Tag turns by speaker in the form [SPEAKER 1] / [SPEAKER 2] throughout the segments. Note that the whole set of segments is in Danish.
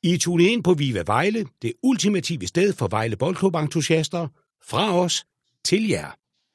[SPEAKER 1] I er tunet ind på Viva Vejle, det ultimative sted for Vejle Boldklub-entusiaster. Fra os til jer.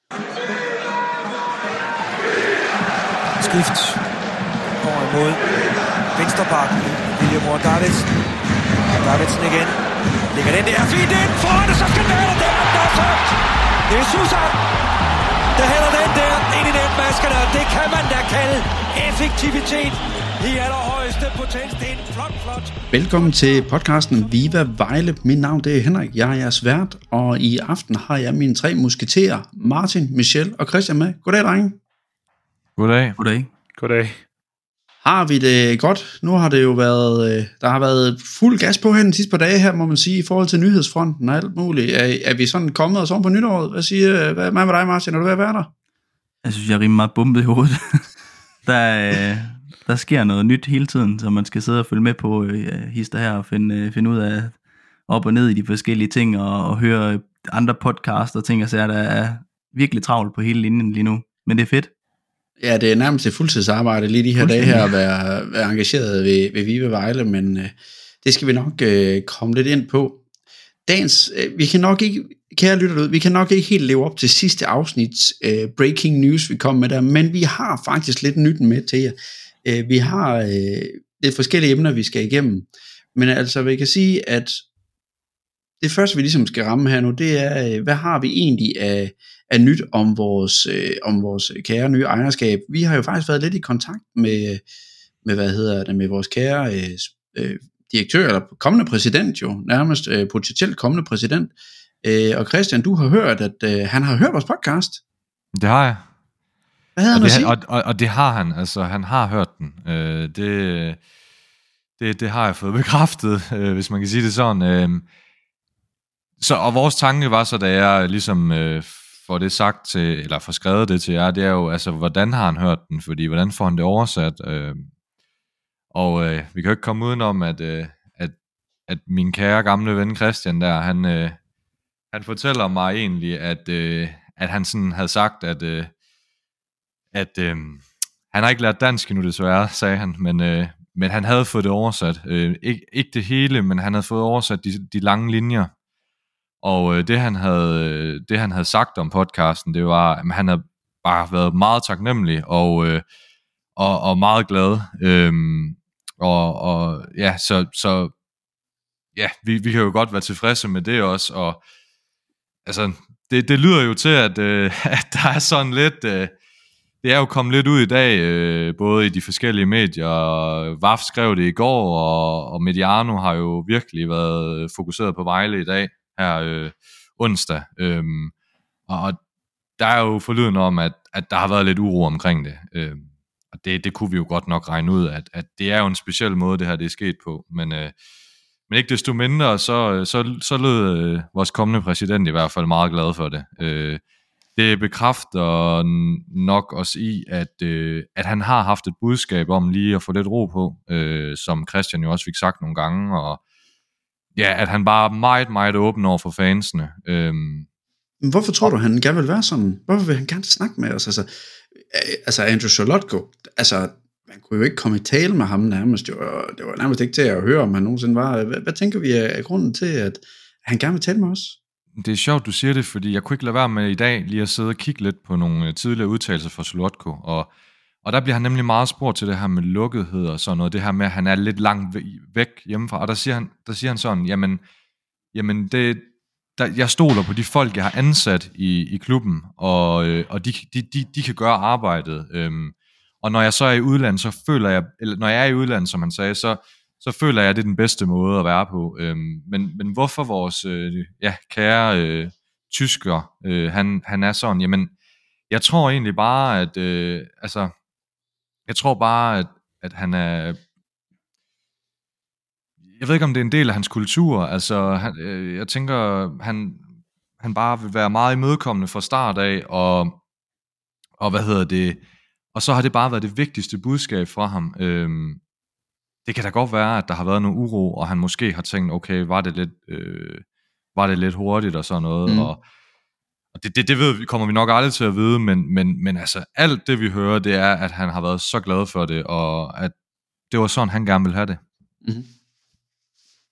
[SPEAKER 2] Skift går imod venstrebakken. William Davidsen. Davidsen igen. Ligger den der fint ind foran det, så skal den være der. Der er tømt. Det er Susan, der hælder den der ind i netmaskerne. Det kan man da kalde effektivitet i allerhøjeste potens. Det er en flot.
[SPEAKER 3] Velkommen til podcasten Viva Vejle. Mit navn det er Henrik, jeg er jeres vært, og i aften har jeg mine 3 musketerer, Martin, Michel og Christian med. Goddag, drenge.
[SPEAKER 4] Goddag.
[SPEAKER 3] Har vi det godt? Nu har det jo været, der har været fuld gas på her de sidste par dage her, må man sige, i forhold til nyhedsfronten og alt muligt. Er vi sådan kommet os om på nytåret? Hvad med dig, Martin? Er du ved at være der?
[SPEAKER 5] Jeg synes, jeg er rimelig meget bumpet i hovedet. Der sker noget nyt hele tiden, så man skal sidde og følge med på hister her og finde ud af op og ned i de forskellige ting og høre andre podcasts og ting og sager, der er virkelig travlt på hele linjen lige nu. Men det er fedt.
[SPEAKER 3] Ja, det er nærmest et fuldtidsarbejde lige de her dage her at være engageret ved Viva Vejle, men det skal vi nok komme lidt ind på. Vi kan nok ikke, kære lytter ud, vi kan nok ikke helt leve op til sidste afsnits breaking news, vi kom med der, men vi har faktisk lidt nyt med til jer. Vi har lidt forskellige emner, vi skal igennem, men altså, vi kan sige, at det første, vi ligesom skal ramme her nu, det er, hvad har vi egentlig af nyt om vores kære nye ejerskab? Vi har jo faktisk været lidt i kontakt med med vores kære direktør, eller kommende præsident jo, nærmest potentielt kommende præsident. Og Christian, du har hørt, at han har hørt vores podcast.
[SPEAKER 4] Det har jeg.
[SPEAKER 3] Hvad havde han at sige?
[SPEAKER 4] Og det har han, altså han har hørt den. Det har jeg fået bekræftet, hvis man kan sige det sådan. Og vores tanke var så, da jeg ligesom får det sagt til, eller får skrevet det til jer, det er jo, altså, hvordan har han hørt den? Fordi, hvordan får han det oversat? Vi kan jo ikke komme udenom, at min kære gamle ven Christian der, han fortæller mig egentlig, at han sådan havde sagt, at han har ikke lært dansk endnu desværre, sagde han, men han havde fået det oversat. Ikke det hele, men han havde fået oversat de lange linjer. Og det han havde sagt om podcasten, det var, at han havde bare været meget taknemmelig og meget glad. Vi kan jo godt være tilfredse med det også. Og altså, det lyder jo til, at der er sådan lidt. Det er jo kommet lidt ud i dag, både i de forskellige medier. VAF skrev det i går, og Mediano har jo virkelig været fokuseret på Vejle i dag. Her onsdag. Og der er jo forlyden om, at der har været lidt uro omkring det. Og det kunne vi jo godt nok regne ud, at det er jo en speciel måde, det her det er sket på. Men ikke desto mindre, så lød vores kommende præsident i hvert fald meget glad for det. Det bekræfter nok også i, at han har haft et budskab om lige at få lidt ro på, som Christian jo også fik sagt nogle gange, og ja, at han bare er meget, meget åben over for fansene.
[SPEAKER 3] Hvorfor tror du, han gerne vil være sådan? Hvorfor vil han gerne snakke med os? Altså Andrew Solotko, altså, man kunne jo ikke komme i tale med ham nærmest, jo, og det var nærmest ikke til at høre, om han nogensinde var. Hvad tænker vi er grunden til, at han gerne vil tale med os? Det
[SPEAKER 4] er sjovt, du siger det, fordi jeg kunne ikke lade være med i dag lige at sidde og kigge lidt på nogle tidligere udtalelser fra Solotko, og der bliver han nemlig meget spurgt til det her med lukkethed og sådan noget, det her med, at han er lidt langt væk hjemmefra, og der siger han sådan, jamen jeg stoler på de folk, jeg har ansat i klubben, og de kan gøre arbejdet, og når jeg så er i udlandet, så føler jeg, eller når jeg er i udlandet, som han sagde, så føler jeg, at det er den bedste måde at være på, men hvorfor vores kære tysker, han er sådan, jamen, jeg tror egentlig bare, at han er. Jeg ved ikke, om det er en del af hans kultur. Altså, jeg tænker, han bare vil være meget imødekommende fra start af, og hvad hedder det? Og så har det bare været det vigtigste budskab fra ham. Det kan da godt være, at der har været noget uro, og han måske har tænkt, okay, var det lidt hurtigt og sådan noget, og det kommer vi nok aldrig til at vide, men altså alt det vi hører, det er, at han har været så glad for det, og at det var sådan, han gerne ville have det.
[SPEAKER 3] Mm-hmm.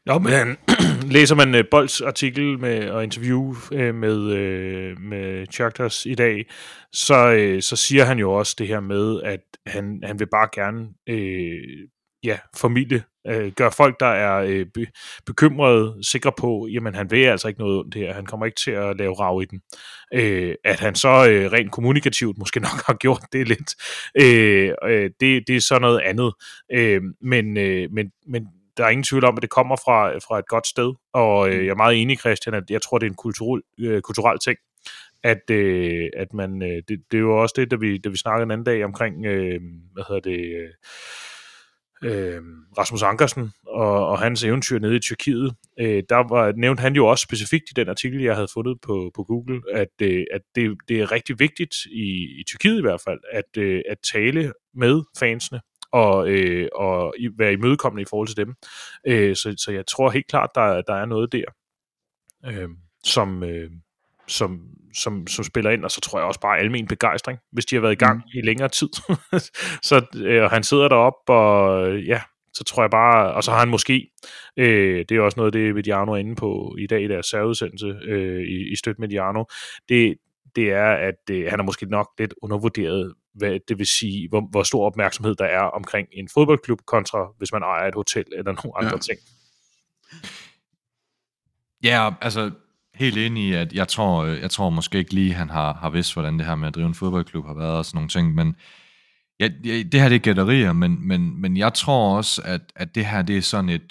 [SPEAKER 6] Jo, men læser man Bolds artikel og interview med Churchters i dag, så siger han jo også det her med, at han vil bare gerne formidle, gør folk, der er bekymrede, sikre på, jamen han vil altså ikke noget ondt her, han kommer ikke til at lave rav i den. At han så rent kommunikativt måske nok har gjort det lidt, det er så noget andet. Men der er ingen tvivl om, at det kommer fra et godt sted, og jeg er meget enig, Christian, at jeg tror, det er en kulturel ting, at man, det er jo også det, da vi snakkede en anden dag omkring, Rasmus Ankersen og hans eventyr nede i Tyrkiet. Nævnte han jo også specifikt i den artikel, jeg havde fundet på Google, at det er rigtig vigtigt i Tyrkiet i hvert fald, at tale med fansene, og være imødekommende i forhold til dem. Så jeg tror helt klart, der er noget der, som spiller ind, og så tror jeg også bare almen begejstring, hvis de har været i gang i længere tid. Og han sidder deroppe, og så tror jeg bare, og så har han måske, det er også noget af det, Mediano er inde på i dag i deres særudsendelse i Støt Mediano, det er, at han er måske nok lidt undervurderet, hvad det vil sige, hvor stor opmærksomhed der er omkring en fodboldklub, kontra hvis man ejer et hotel eller nogle andre ting.
[SPEAKER 4] Ja, altså helt enig i, at jeg tror måske ikke lige, han har vidst, hvordan det her med at drive en fodboldklub har været og sådan nogle ting, men det her det er gætterier, men jeg tror også, at det her det er sådan et...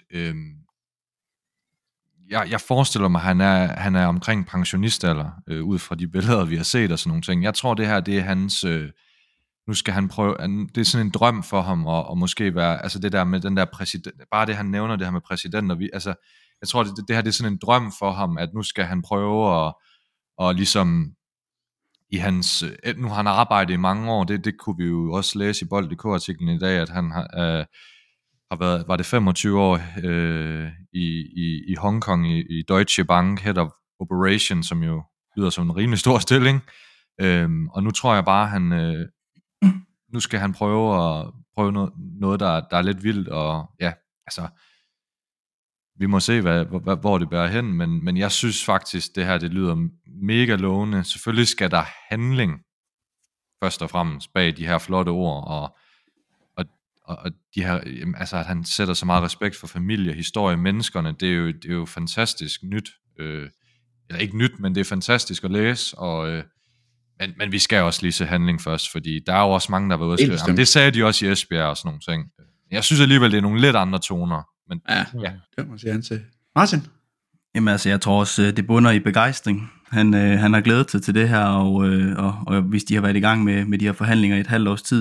[SPEAKER 4] Jeg forestiller mig, at han er omkring pensionistalder, ud fra de billeder, vi har set og sådan nogle ting. Jeg tror, det her det er hans... nu skal han prøve... Det er sådan en drøm for ham, og måske være... Altså det der med den der præsident... Bare det, han nævner, det her med præsident, og jeg tror, det her det er sådan en drøm for ham, at nu skal han prøve at ligesom i hans... Nu har han arbejdet i mange år, det kunne vi jo også læse i Bold.dk-artiklen i dag, at han har været, var det 25 år i Hongkong i Deutsche Bank, Head of Operation, som jo lyder som en rimelig stor stilling. Og nu tror jeg bare, nu skal han prøve noget der er lidt vildt, og ja, altså... Vi må se, hvor det bærer hen, men jeg synes faktisk, det her det lyder mega lovende. Selvfølgelig skal der handling først og fremmest bag de her flotte ord, og de her, altså at han sætter så meget respekt for familie, historie, menneskerne, det er jo fantastisk nyt. Eller ikke nyt, men det er fantastisk at læse, men vi skal også lige se handling først, fordi der er jo også mange, der var ude at skrive. Det sagde de også i Esbjerg og sådan nogle ting. Jeg synes alligevel, det er nogle lidt andre toner. Men,
[SPEAKER 3] ja, det må jeg sige. Martin?
[SPEAKER 5] Jamen altså, jeg tror også, det bunder i begejstring. Han har glædet sig til det her, og hvis de har været i gang med de her forhandlinger i et halvt års tid,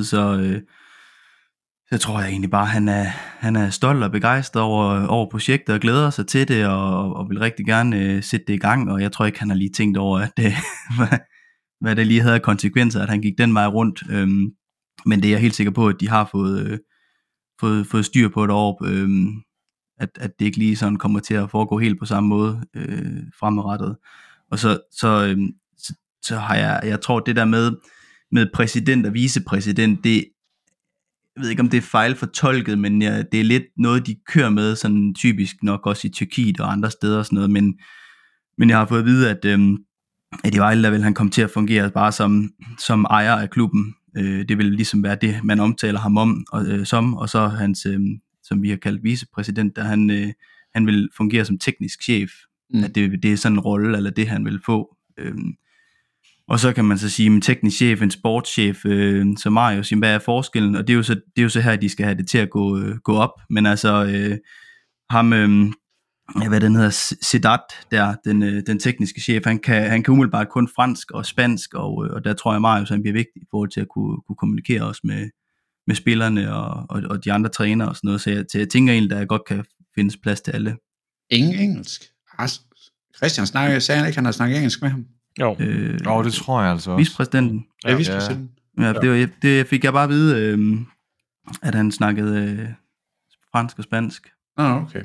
[SPEAKER 5] så tror jeg egentlig bare, han er stolt og begejstret over projektet og glæder sig til det, og vil rigtig gerne sætte det i gang, og jeg tror ikke, han har lige tænkt over, at hvad det lige havde af konsekvenser, at han gik den vej rundt. Men det er jeg helt sikker på, at de har fået styr på et år, at det ikke lige sådan kommer til at foregå helt på samme måde fremadrettet. Og så har jeg tror det der med præsident og vicepræsident, det, jeg ved ikke om det er fejlfortolket, men det er lidt noget de kører med, sådan typisk nok også i Tyrkiet og andre steder og sådan noget, men jeg har fået at vide, at i Vejle der vil han komme til at fungere bare som ejer af klubben. Det vil ligesom være det man omtaler ham om og så hans som vi har kaldt vicepræsident, der han vil fungere som teknisk chef, at det er sådan en rolle, eller det han vil få. Og så kan man så sige, en teknisk chef, en sportschef, så Marius, hvad er forskellen? Og det er jo så her, de skal have det til at gå op. Men altså, ham, hvad den hedder, Sedat, der, den tekniske chef, han kan umiddelbart kun fransk og spansk, og der tror jeg, Marius han bliver vigtig i forhold til at kunne kommunikere også med spillerne og de andre trænere og sådan noget. Så jeg tænker egentlig, der godt kan findes plads til alle.
[SPEAKER 3] Ingen engelsk? Christian sagde han ikke, han har snakket engelsk med ham?
[SPEAKER 6] Jo,
[SPEAKER 4] det tror jeg altså også.
[SPEAKER 5] Vicepræsidenten.
[SPEAKER 3] Ja, vicepræsidenten.
[SPEAKER 5] Ja, det fik jeg bare at vide, at han snakkede fransk og spansk.
[SPEAKER 3] Okay.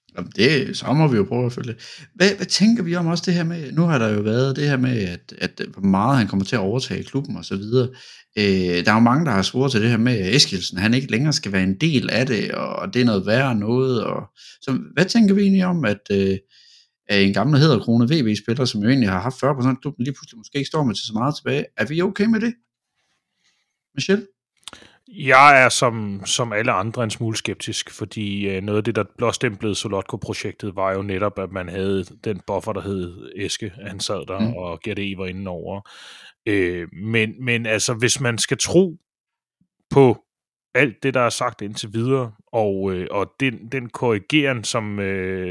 [SPEAKER 3] Jamen så må vi jo prøve at følge. Hvad tænker vi om også det her med, nu har der jo været det her med, at hvor meget han kommer til at overtage klubben og så videre. Der er jo mange, der har svoret til det her med, at Eskilsen, han ikke længere skal være en del af det, og det er noget værre noget. Så hvad tænker vi egentlig om, at en gammel hæderkrone VB-spiller, som jo egentlig har haft 40% af klubben, lige pludselig måske ikke står med til så meget tilbage. Er vi okay med det? Michel?
[SPEAKER 6] Jeg er som alle andre en smule skeptisk, fordi noget af det, der blåstemplede Solotko-projektet, var jo netop, at man havde den buffer, der hed Eske. Han sad der, og Gerde var indenover. Men altså, hvis man skal tro på alt det, der er sagt indtil videre, og den korrigering, som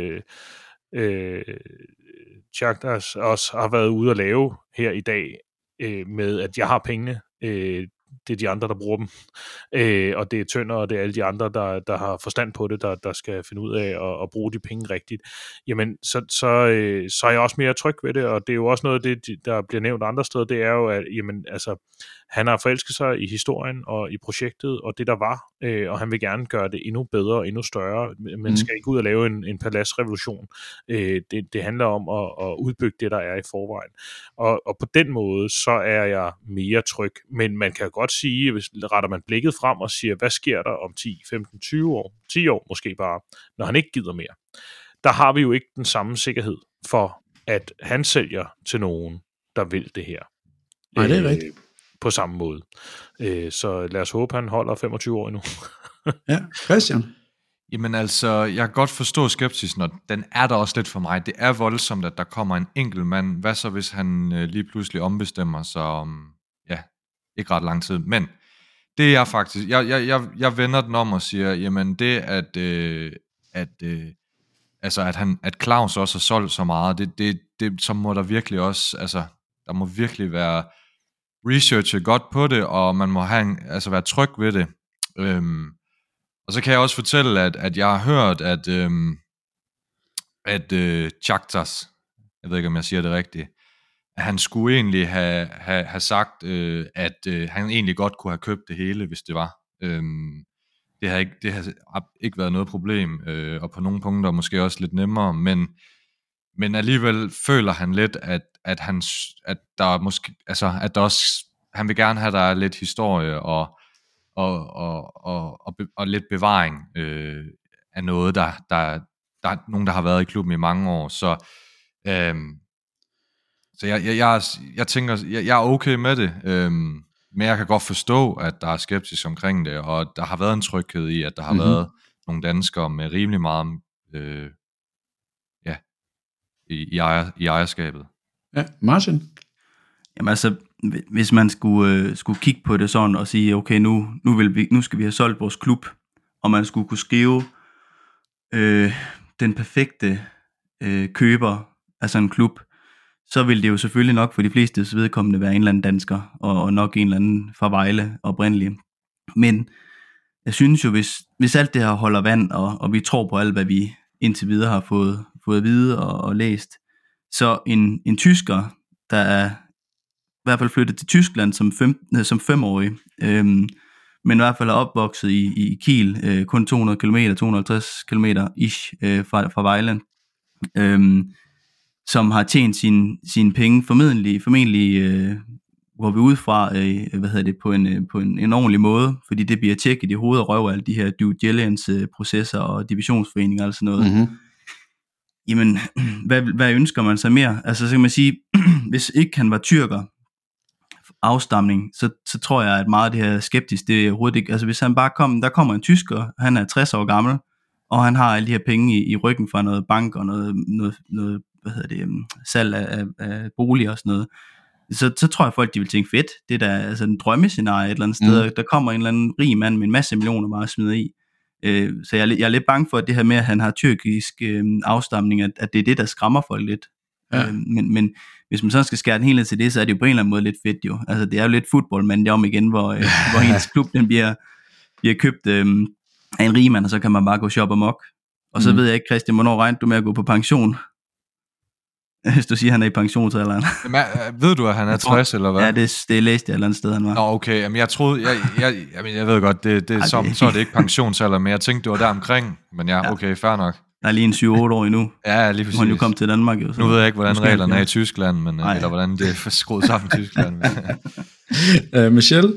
[SPEAKER 6] Chaktas også har været ude at lave her i dag, med at jeg har pengene, det er de andre, der bruger dem, og det er Tønder, og det er alle de andre, der har forstand på det, der skal finde ud af at bruge de penge rigtigt, jamen, så er jeg også mere tryg ved det, og det er jo også noget af det, der bliver nævnt andre steder, det er jo, at jamen, altså, han har forelsket sig i historien og i projektet, og det der var, og han vil gerne gøre det endnu bedre og endnu større, men skal ikke ud og lave en paladsrevolution. Det handler om at udbygge det, der er i forvejen. Og på den måde, så er jeg mere tryg. Men man kan godt sige, hvis retter man blikket frem og siger, hvad sker der om 10, 15, 20 år, 10 år måske bare, når han ikke gider mere. Der har vi jo ikke den samme sikkerhed for, at han sælger til nogen, der vil det her.
[SPEAKER 3] Nej, det er rigtigt.
[SPEAKER 6] På samme måde. Så lad os håbe, han holder 25 år endnu.
[SPEAKER 3] Ja, Christian?
[SPEAKER 4] Jamen altså, jeg kan godt forstå skepsisen, og den er der også lidt for mig. Det er voldsomt, at der kommer en enkelt mand. Hvad så, hvis han lige pludselig ombestemmer sig om, ikke ret lang tid. Men det er faktisk, jeg vender den om og siger, jamen det, at Claus også har solgt så meget, det så må der virkelig også, altså, der må virkelig være researchet godt på det, og man må være tryg ved det. Og så kan jeg også fortælle, at jeg har hørt, at Chaktas, jeg ved ikke, om jeg siger det rigtigt, at han skulle egentlig have sagt, at han egentlig godt kunne have købt det hele, hvis det var. Det har ikke været noget problem, og på nogle punkter måske også lidt nemmere, men alligevel føler han lidt, at der måske, altså at der også, han vil gerne have, at der er lidt historie og lidt bevaring af noget, der er nogen, der har været i klubben i mange år, så jeg tænker, jeg er okay med det, men jeg kan godt forstå, at der er skepsis omkring det, og der har været en tryghed i, at der har været nogle danskere med rimelig meget i ejerskabet.
[SPEAKER 3] Ja, Martin?
[SPEAKER 5] Jamen altså, hvis man skulle kigge på det sådan og sige, okay, nu skal vi have solgt vores klub, og man skulle kunne skrive den perfekte køber af sådan en klub, så ville det jo selvfølgelig nok for de fleste vedkommende være en eller anden dansker, og nok en eller anden fra Vejle oprindeligt. Men jeg synes jo, hvis alt det her holder vand, og vi tror på alt, hvad vi indtil videre har fået at vide og læst, så en tysker, der er i hvert fald flyttet til Tyskland som 5-årig, men i hvert fald er opvokset i Kiel, kun 200 km, 250 km ish fra Vejle, som har tjent sine penge formentlig hvor vi udefra på en ordentlig måde, fordi det bliver tjekket i hovedet og røv af alle de her due diligence processer og divisionsforeninger og sådan noget. Mm-hmm. Jamen, hvad ønsker man sig mere? Altså, så kan man sige, hvis ikke han var tyrker afstamning, så tror jeg, at meget af det her skeptisk, det er overhovedet ikke, altså hvis han bare der kommer en tysker, han er 60 år gammel, og han har alle de her penge i ryggen fra noget bank og noget salg af boliger og sådan noget, så tror jeg, folk de vil tænke, fedt, det er da altså en drømmescenarie et eller andet sted, der kommer en eller anden rig mand med en masse millioner bare smider i. Så jeg er lidt bange for, at det her med, at han har tyrkisk afstamning, at det er det, der skræmmer folk lidt. Ja. Men hvis man så skal skære den helt ned til det, så er det jo på en eller anden måde lidt fedt jo. Altså det er jo lidt fodbold, men det er om igen, hvor hendes klub den bliver købt af en rig mand, og så kan man bare gå shop amok. Og så ved jeg ikke, Christian, hvornår regner du med at gå på pension? Hvis du siger, at han er i pensionsalderen.
[SPEAKER 4] Men, ved du, at han er 60, eller hvad?
[SPEAKER 5] Ja, det læste jeg et eller andet sted, han var.
[SPEAKER 4] Nå, okay. Jamen, jeg troede... Jeg ved godt, så er det ikke pensionsalder, men jeg tænkte, det var der omkring. Men ja, okay, fair nok.
[SPEAKER 5] Der er lige en 7-8 år endnu.
[SPEAKER 4] Ja, lige præcis.
[SPEAKER 5] Må han jo komme til Danmark. Jo, så.
[SPEAKER 4] Nu ved jeg ikke, hvordan
[SPEAKER 5] Måske
[SPEAKER 4] reglerne er
[SPEAKER 5] ja.
[SPEAKER 4] i Tyskland, men, eller hvordan det er skruet sammen i Tyskland.
[SPEAKER 3] Michel?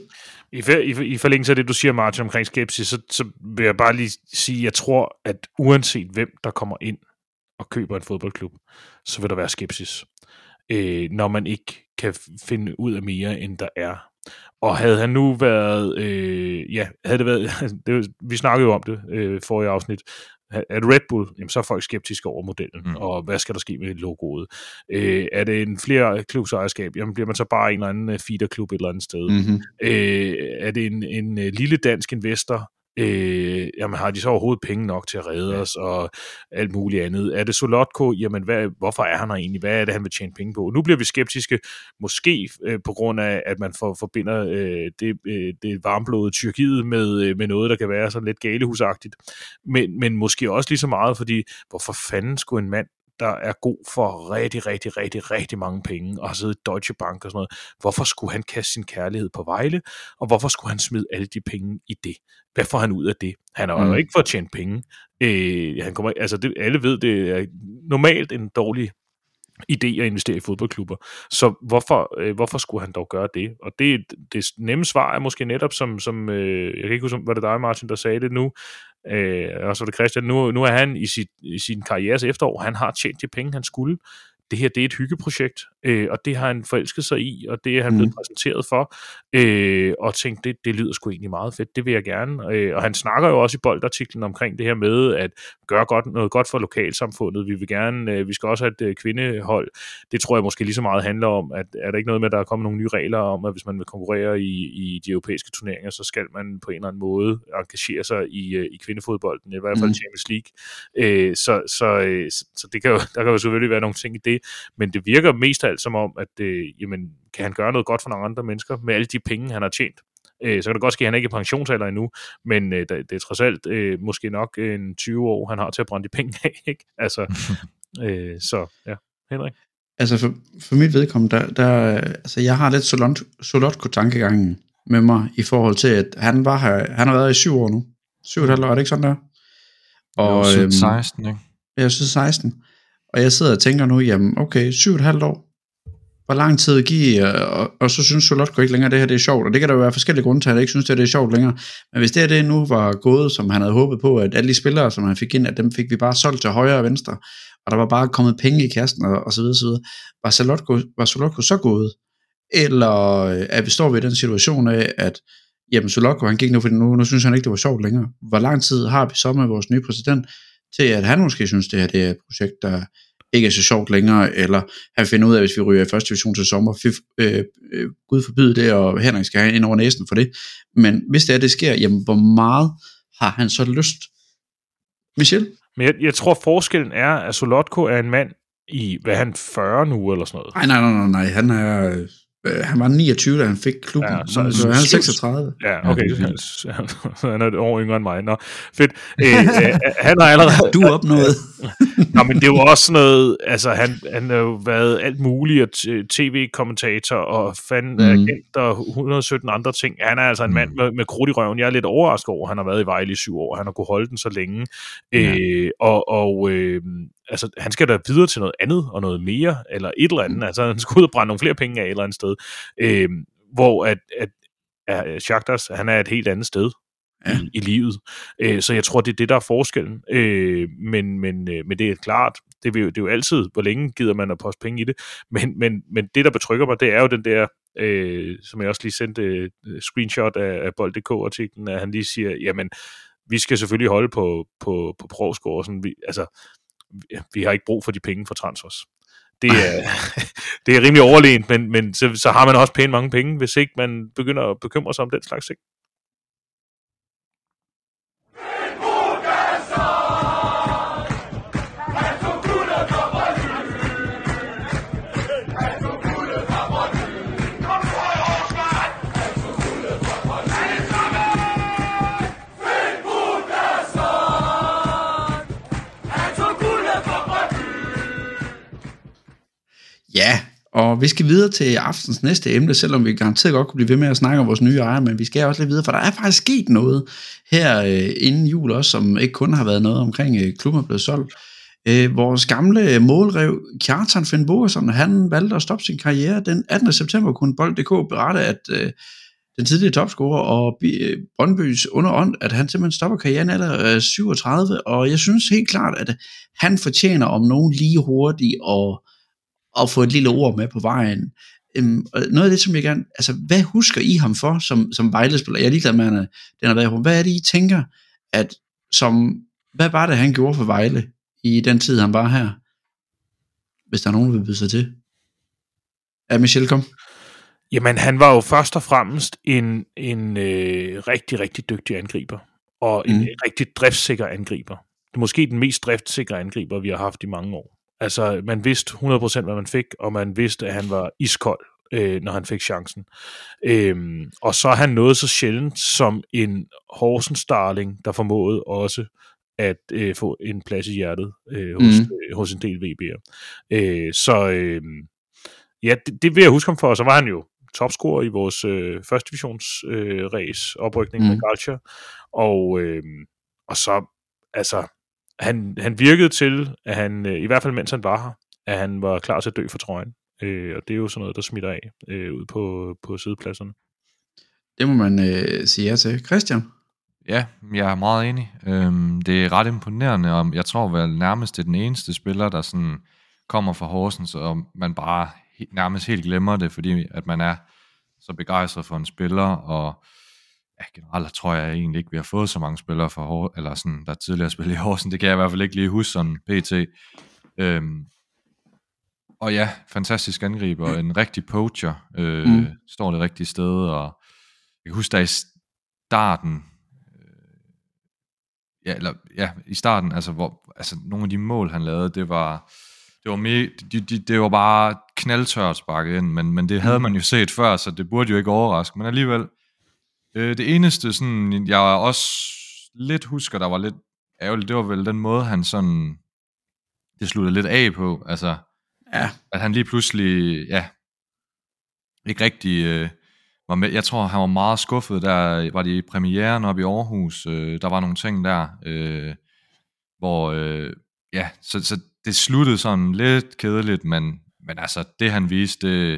[SPEAKER 6] I forlængelse af det, du siger, Martin, omkring skepsis, så vil jeg bare lige sige, at jeg tror, at uanset hvem, der kommer ind og køber en fodboldklub, så vil der være skepsis. Når man ikke kan finde ud af mere, end der er. Og havde han nu været, havde det været, vi snakkede jo om det forrige afsnit, at Red Bull, jamen, så er folk skeptiske over modellen, og hvad skal der ske med logoet? Er det en flere klubsejerskab, jamen bliver man så bare en eller anden feederklub et eller andet sted?
[SPEAKER 3] Mm-hmm.
[SPEAKER 6] Er det en lille dansk investor, jamen har de så overhovedet penge nok til at redde os og alt muligt andet? Er det Solotko? Jamen hvorfor er han her egentlig? Hvad er det, han vil tjene penge på? Nu bliver vi skeptiske, måske på grund af, at man forbinder det varmblodede Tyrkiet med noget, der kan være sådan lidt galehusagtigt. Men måske også lige så meget, fordi hvorfor fanden skulle en mand, der er god for rigtig mange penge, og har siddet i Deutsche Bank og sådan noget, hvorfor skulle han kaste sin kærlighed på Vejle, og hvorfor skulle han smide alle de penge i det? Hvad får han ud af det? Han har jo ikke for at tjene penge. Han kommer, altså alle ved, det er normalt en dårlig idé at investere i fodboldklubber. Så hvorfor skulle han dog gøre det? Og det nemme svar er måske netop som jeg kan ikke huske, var det dig, Martin, der sagde det nu, og så var det Christian, nu er han i sin karrieres efterår, han har tjent de penge, han skulle. Det her, det er et hyggeprojekt, og det har han forelsket sig i, og det er han blevet præsenteret for, og tænkte, det lyder sgu egentlig meget fedt, det vil jeg gerne. Og han snakker jo også i boldartiklen omkring det her med, at gøre noget godt for lokalsamfundet. Vi skal også have et kvindehold. Det tror jeg måske lige så meget handler om, at er der ikke noget med, at der er kommet nogle nye regler om, at hvis man vil konkurrere i de europæiske turneringer, så skal man på en eller anden måde engagere sig i kvindefodbolden, i hvert fald Champions League. Så det kan jo, der kan jo selvfølgelig være nogle ting i det, men det virker mest af alt som om, at jamen, kan han gøre noget godt for nogle andre mennesker med alle de penge, han har tjent. Så kan det godt ske, at han ikke er pensionsalder endnu, men det er trods alt måske nok en 20 år, han har til at brænde de penge af, ikke? Altså, så ja, Henrik?
[SPEAKER 3] Altså for mit vedkommende, altså jeg har lidt Solotko-tankegangen med mig, i forhold til, at han har været i 7 år nu. 7,5 år, er det ikke sådan der? Og,
[SPEAKER 4] det var 16, ikke?
[SPEAKER 3] Jeg synes 16. Og jeg sidder og tænker nu, jamen okay, 7,5 år. Hvor lang tid giver, og så synes Solotko ikke længere, at det her det er sjovt. Og det kan der jo være forskellige grunde til, at han ikke synes, at det er sjovt længere. Men hvis det nu var gået, som han havde håbet på, at alle de spillere, som han fik ind, at dem fik vi bare solgt til højre og venstre, og der var bare kommet penge i kassen, og så videre, så videre. Var Solotko så gået? Eller står vi i den situation af, at jamen Solotko, han gik nu, fordi nu synes han ikke, det var sjovt længere. Hvor lang tid har vi så med vores nye præsident, til at han måske synes, det her det er et projekt, der ikke er så sjovt længere, eller han finder ud af, hvis vi ryger i første division til sommer, Gud forbyde det, og Henrik skal have ind over næsen for det. Men hvis det sker, jamen hvor meget har han så lyst? Michel?
[SPEAKER 6] Men jeg tror, forskellen er, at Solotko er en mand i, hvad er han, 40 nu, eller sådan noget?
[SPEAKER 3] Nej, han var 29, da han fik klubben,
[SPEAKER 6] ja,
[SPEAKER 3] så han er 36.
[SPEAKER 6] Ja, okay, han er et år yngre end mig. Nå, fedt. Han har allerede...
[SPEAKER 3] Du opnået.
[SPEAKER 6] Nå, men det er jo også sådan noget, altså han har jo været alt muligt, tv-kommentator og agent og 117 andre ting. Han er altså en mand med krudt i røven. Jeg er lidt overrasket over, at han har været i Vejle i 7 år. Han har kunnet holde den så længe. Altså, han skal da videre til noget andet og noget mere, eller et eller andet. Altså, han skal ud og brænde nogle flere penge af et eller andet sted. Hvor at Shakhtar, han er et helt andet sted i livet. Så jeg tror, det er det, der er forskellen. Men det er klart, det er jo altid, hvor længe gider man at poste penge i det. Men det, der betrykker mig, det er jo den der, som jeg også lige sendte screenshot af Bold.dk-artiklen, at han lige siger, jamen, vi skal selvfølgelig holde på Provsgaard og sådan, vi har ikke brug for de penge for transfers. Det er rimelig overlegent, men så har man også pænt mange penge, hvis ikke man begynder at bekymre sig om den slags ting.
[SPEAKER 3] Ja, Og vi skal videre til aftens næste emne, selvom vi garanteret godt kunne blive ved med at snakke om vores nye ejere, men vi skal også lidt videre, for der er faktisk sket noget her inden jul også, som ikke kun har været noget omkring klubben er blevet solgt. Vores gamle målrev, Kjartan Finn Bogason, han valgte at stoppe sin karriere. Den 18. september kunne Bold.dk berette, at den tidligere topscorer og Brøndbys underånd, at han simpelthen stopper karrieren alder 37, og jeg synes helt klart, at han fortjener om nogen lige hurtigt og få et lille ord med på vejen. Noget af det, som jeg gerne... Altså, hvad husker I ham for som Vejle-spiller? Jeg er ligeglad med, at den har været her. Hvad er det, I tænker, hvad var det, han gjorde for Vejle i den tid, han var her? Hvis der er nogen, der vil byde sig til. Ja, Michel, kom.
[SPEAKER 6] Jamen, han var jo først og fremmest en rigtig, rigtig dygtig angriber. Og en rigtig driftssikker angriber. Det er måske den mest driftsikre angriber, vi har haft i mange år. Altså, man vidste 100% hvad man fik, og man vidste, at han var iskold, når han fik chancen. Og så er han noget så sjældent som en Horsens-darling, der formåede også at få en plads i hjertet hos en del VB'er. Ja, det vil jeg huske ham for, og så var han jo topscorer i vores første divisions race, oprykning med Galcia, og så, altså, han virkede til, at han, i hvert fald mens han var her, at han var klar til at dø for trøjen, og det er jo sådan noget, der smitter af ud på sidepladserne.
[SPEAKER 3] Det må man sige ja til. Christian?
[SPEAKER 4] Ja, jeg er meget enig. Det er ret imponerende, og jeg tror vel nærmest det er den eneste spiller, der sådan kommer fra Horsens, og man bare nærmest helt glemmer det, fordi at man er så begejstret for en spiller, og ja, generelt tror jeg egentlig ikke, vi har fået så mange spillere fra eller sådan, der tidligere spillet i Horsens. Det kan jeg i hvert fald ikke lige huske sådan pt. Og ja, fantastisk angriber, en rigtig poacher, står det rigtige sted, og jeg kan huske, der i starten, i starten, altså, nogle af de mål, han lavede, det var bare knaldtørt sparket ind, men det havde man jo set før, så det burde jo ikke overraske, men alligevel, det eneste, sådan, jeg også lidt husker, der var lidt ærgerligt, det var vel den måde, han sådan, det sluttede lidt af på, altså, ja. At han lige pludselig, ikke rigtig var med. Jeg tror, han var meget skuffet, der var det i premieren oppe i Aarhus, der var nogle ting der, hvor, så det sluttede sådan lidt kedeligt, men altså, det han viste,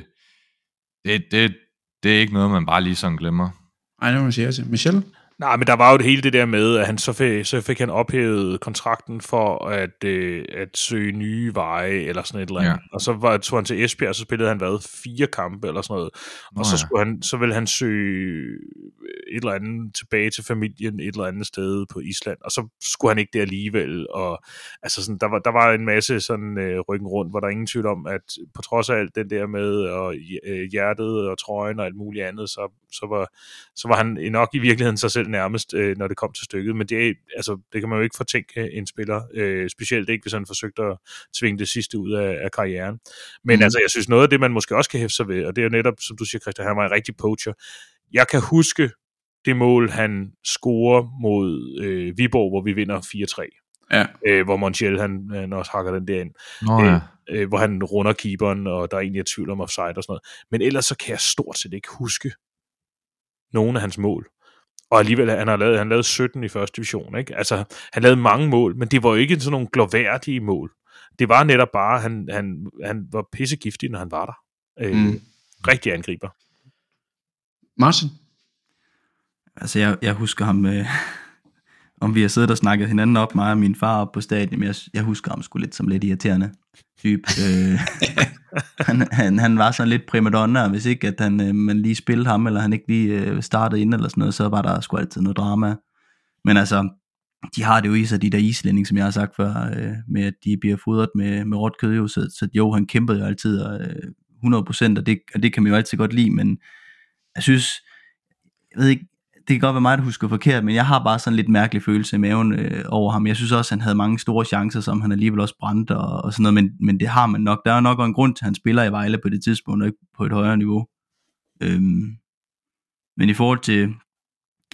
[SPEAKER 4] det er ikke noget, man bare lige sådan glemmer.
[SPEAKER 3] Ej, det må man sige til. Michel?
[SPEAKER 6] Nej, men der var jo det hele det der med, at han så fik han ophævet kontrakten for at søge nye veje, eller sådan et eller andet. Ja. Og så tog han til Esbjerg, og så spillede han 4 kampe, eller sådan noget. Og så ville han søge et eller andet tilbage til familien et eller andet sted på Island, og så skulle han ikke det alligevel. Og altså sådan, der var en masse sådan ryggen rundt, hvor der er ingen tvivl om, at på trods af alt den der med og hjertet og trøjen og alt muligt andet, så var han nok i virkeligheden sig selv nærmest, når det kom til stykket, men det kan man jo ikke fortænke en spiller, specielt ikke, hvis han forsøgte at tvinge det sidste ud af karrieren. Men altså, jeg synes noget af det, man måske også kan hæfte sig ved, og det er jo netop, som du siger, Christian, han var en rigtig poacher. Jeg kan huske det mål, han scorer mod Viborg, hvor vi vinder 4-3. Ja. Hvor Montiel, han også hakker den der ind. Hvor han runder keeperen, og der er egentlig et tvivl om offside og sådan noget. Men ellers så kan jeg stort set ikke huske nogen af hans mål. Og alligevel, han lavede 17 i første division, ikke? Altså, han lavede mange mål, men det var jo ikke sådan nogle glorværdige mål. Det var netop bare, han var pissegiftig, når han var der. Rigtig angriber.
[SPEAKER 3] Martin?
[SPEAKER 5] Altså, jeg husker ham, om vi har siddet og snakket hinanden op, mig og min far op på stadion, men jeg husker ham sgu lidt som lidt irriterende type. Han var sådan lidt primadonna, hvis ikke at man lige spillede ham, eller han ikke lige startede ind eller sådan noget, så var der sgu altid noget drama. Men altså, de har det jo i sig, de der islændinge, som jeg har sagt før, med at de bliver fodret med råt kød, jo, så jo, han kæmpede jo altid 100%, og det kan man jo altid godt lide, men jeg synes, jeg ved ikke, det kan godt være mig, der husker forkert, men jeg har bare sådan lidt mærkelig følelse i maven over ham. Jeg synes også, han havde mange store chancer, som han alligevel også brændte og sådan noget, men det har man nok. Der er nok en grund til, at han spiller i Vejle på det tidspunkt, og ikke på et højere niveau. Men i forhold til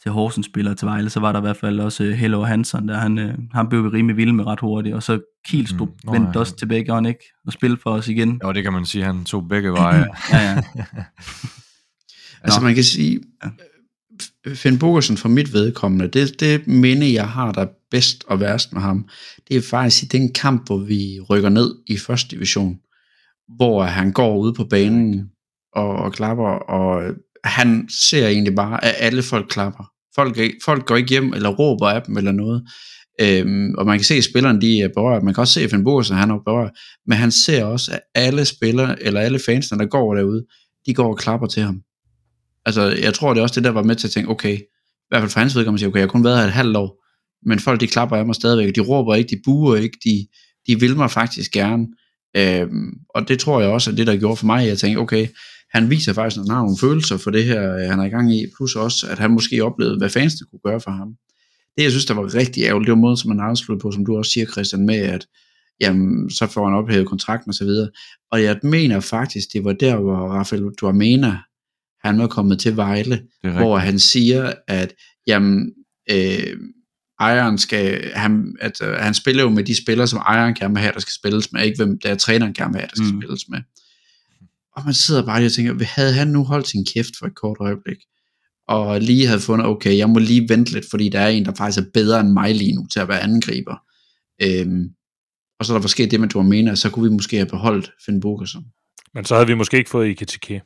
[SPEAKER 5] Horsens-spillere til Vejle, så var der i hvert fald også Hello Hansen, der han blev rimelig vild med ret hurtigt, og så Kielstrup vendte også tilbage, gjorde han ikke, og spillede for os igen.
[SPEAKER 4] Jo, det kan man sige, han tog begge veje.
[SPEAKER 5] Ja.
[SPEAKER 3] Altså man kan sige, Finn Bogersen for mit vedkommende, det minde jeg har, der bedst og værst med ham, det er faktisk i den kamp, hvor vi rykker ned i første division, hvor han går ude på banen og klapper, og han ser egentlig bare, at alle folk klapper. Folk går ikke hjem eller råber af dem eller noget. Og man kan se, at spillerne de er berørt. Man kan også se, at Finn Bogersen han er berørt. Men han ser også, at alle spillere, eller alle fansene, der går derude, de går og klapper til ham. Altså, jeg tror, det er også det, der var med til at tænke, okay, i hvert fald for hans vedkommende, siger, okay, jeg har kun været her et halvt år, men folk, de klapper af mig stadigvæk. De råber ikke, de buer ikke, de vil mig faktisk gerne. Og det tror jeg også er det, der gjorde for mig. Jeg tænkte, okay, han viser faktisk, at han har nogle følelser for det her, han er i gang i, plus også, at han måske oplevede, hvad fansene kunne gøre for ham. Det, jeg synes, der var rigtig ærgerligt, det var måden, som man afsluttede på, som du også siger, Christian, med, at jamen, så får han ophævet kontrakten og så videre. Og jeg mener faktisk, det var der, hvor Rafael Duamena, han var kommet til Vejle, hvor han siger, at jamen, ejeren skal, han spiller jo med de spillere, som ejeren gerne have, der skal spilles med, ikke hvem der er træneren gerne have, der skal spilles med. Og man sidder bare og tænker, havde han nu holdt sin kæft for et kort øjeblik, og lige havde fundet, okay, jeg må lige vente lidt, fordi der er en, der faktisk er bedre end mig lige nu til at være angriber. Og så er der forsket det, man tror mener, så kunne vi måske have beholdt Finn Bogersen.
[SPEAKER 6] Men så havde vi måske ikke fået Ekitike.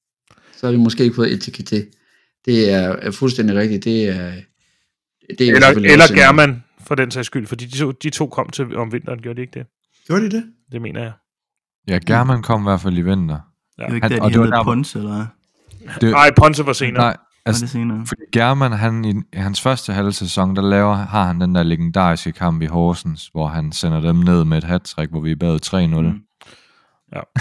[SPEAKER 3] Det er fuldstændig rigtigt. Det er
[SPEAKER 6] eller German, for den sags skyld, fordi de to kom til om vinteren, gjorde de ikke det?
[SPEAKER 3] Gjorde de det?
[SPEAKER 6] Det mener jeg.
[SPEAKER 4] Ja, German kom i hvert fald i vinter.
[SPEAKER 5] Ja. Det er jo ikke der, de hentede Ponce, eller?
[SPEAKER 6] Nej, Ponce var senere.
[SPEAKER 4] Nej, altså, fordi German, i hans første halve sæson, der har han den der legendariske kamp i Horsens, hvor han sender dem ned med et hat-trick, hvor vi er bagud 3-0.
[SPEAKER 6] Ja.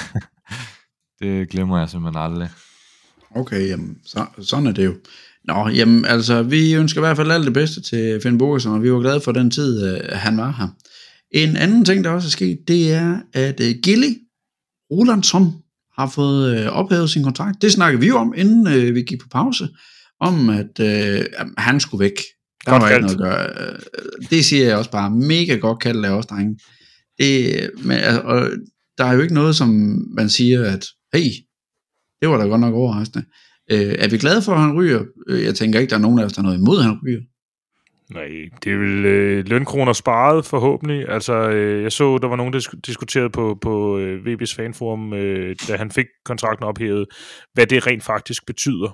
[SPEAKER 4] Det glemmer jeg simpelthen aldrig.
[SPEAKER 3] Okay, jamen, sådan er det jo. Nå, jamen, altså, vi ønsker i hvert fald alt det bedste til Finn Bogersen, og vi var glade for den tid, han var her. En anden ting, der også er sket, det er, at Gilly Rolandsson har fået ophævet sin kontrakt. Det snakkede vi jo om, inden vi gik på pause, om at han skulle væk. Der var ikke noget at gøre. Det siger jeg også bare, mega godt kaldt af os, drenge. Og der er jo ikke noget, som man siger, at hey, det var da godt nok overraskende. Er vi glade for, at han ryger? Jeg tænker ikke, der er nogen af os, der er noget imod, at han ryger.
[SPEAKER 6] Nej, det er vel lønkroner sparet forhåbentlig. Altså, jeg så, der var nogen, der diskuterede på VB's fanforum, da han fik kontrakten ophævet, hvad det rent faktisk betyder.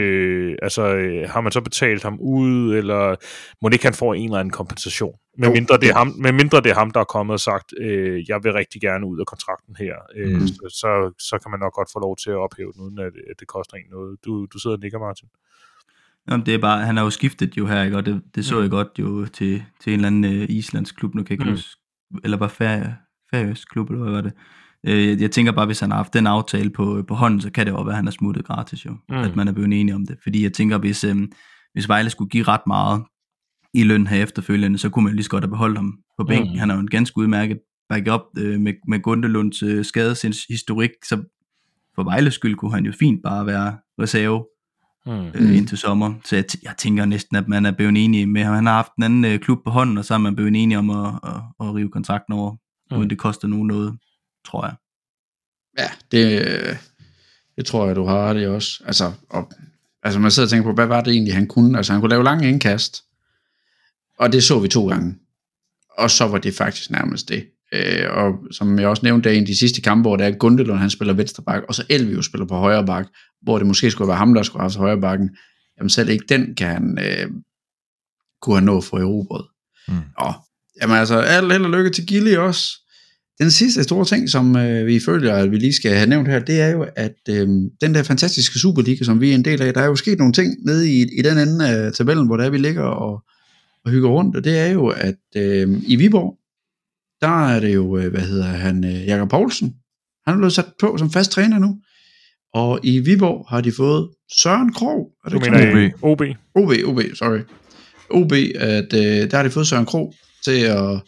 [SPEAKER 6] Har man så betalt ham ud, eller må det ikke han får en eller anden kompensation? Medmindre det er ham, der er kommet og sagt, jeg vil rigtig gerne ud af kontrakten her. Så kan man nok godt få lov til at ophæve den, uden at det koster en noget. Du sidder og nikker, Martin.
[SPEAKER 5] Jamen, det er bare, han har jo skiftet jo her, ikke? Og det så jeg godt jo til en eller anden islandsk klub, nu kan jeg ikke huske, eller bare færøsk klub, eller hvad var det. Jeg tænker bare, hvis han har haft den aftale på hånden, så kan det jo være, at han er smuttet gratis jo, at man er blevet enige om det. Fordi jeg tænker, hvis Vejle skulle give ret meget i løn her efterfølgende, så kunne man lige så godt have beholdt ham på bænken. Han er jo en ganske udmærket backup med Gundelunds skadeshistorik, så for Vejles skyld kunne han jo fint bare være reserve indtil sommer. Så jeg tænker næsten, at man er blevet enige med ham. Han har haft en anden klub på hånden, og så er man blevet enige om at rive kontrakten over, uden det koster nogen noget, tror jeg.
[SPEAKER 3] Ja, det tror jeg, du har ret i også. Altså man sidder og tænker på, hvad var det egentlig, han kunne? Altså han kunne lave lange indkast, og det så vi 2 gange. Og så var det faktisk nærmest det. Og som jeg også nævnte, der i en af de sidste kampe, hvor der er Gundelund, han spiller venstre bak, og så Elvio spiller på højre bak, hvor det måske skulle være ham, der skulle have haft højre bakken. Jamen selv ikke den kan han kunne have nået for erobret. Jamen altså, alt held og lykke til Gilly også. Den sidste store ting, som vi føler, at vi lige skal have nævnt her, det er jo, at den der fantastiske Superliga, som vi er en del af, der er jo sket nogle ting nede i den ende af tabellen, hvor der vi ligger og hygger rundt, og det er jo, at i Viborg, der er det jo, Jakob Poulsen. Han er blevet sat på som fast træner nu. Og i Viborg har de fået Søren Krog.
[SPEAKER 6] Du mener OB?
[SPEAKER 3] OB, OB, at der har de fået Søren Krog til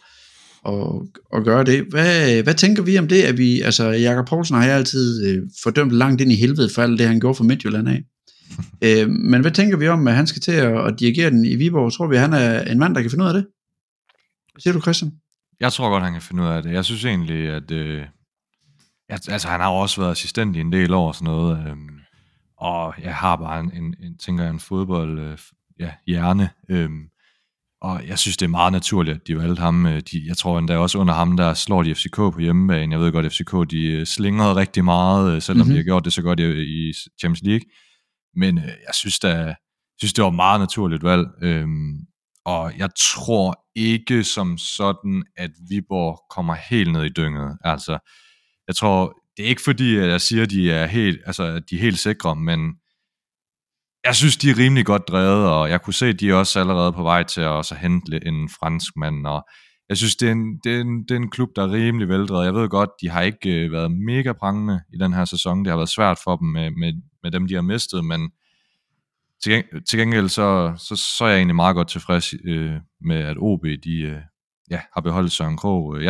[SPEAKER 3] at gøre det. Hvad tænker vi om det? At Jakob Poulsen har altid fordømt langt ind i helvede for alt det, han gjorde for Midtjylland af. Men hvad tænker vi om, at han skal til at dirigere den i Viborg? Tror vi, at han er en mand, der kan finde ud af det? Hvad siger du, Christian?
[SPEAKER 4] Jeg tror godt, han kan finde ud af det. Jeg synes egentlig, at altså, han har også været assistent i en del år og sådan noget. Og jeg har bare tænker en fodbold hjerne. Og jeg synes, det er meget naturligt, at de valgte ham. Jeg tror endda også under ham, der slår de FCK på hjemmebane. Jeg ved godt, at FCK de slingrede rigtig meget, selvom de har gjort det så godt i Champions League. Men jeg synes, det var meget naturligt valg. Og jeg tror ikke som sådan, at Viborg kommer helt ned i dynget. Altså, jeg tror, det er ikke fordi, at jeg siger, at de er helt sikre, men jeg synes, de er rimelig godt drevet, og jeg kunne se, at de er også allerede på vej til at hente en franskmand, og jeg synes, det er en klub, der er rimelig veldrevet. Jeg ved godt, de har ikke været mega prangende i den her sæson. Det har været svært for dem med dem, de har mistet, men til gengæld så er jeg egentlig meget godt tilfreds med, at OB de har beholdt Søren Krogh.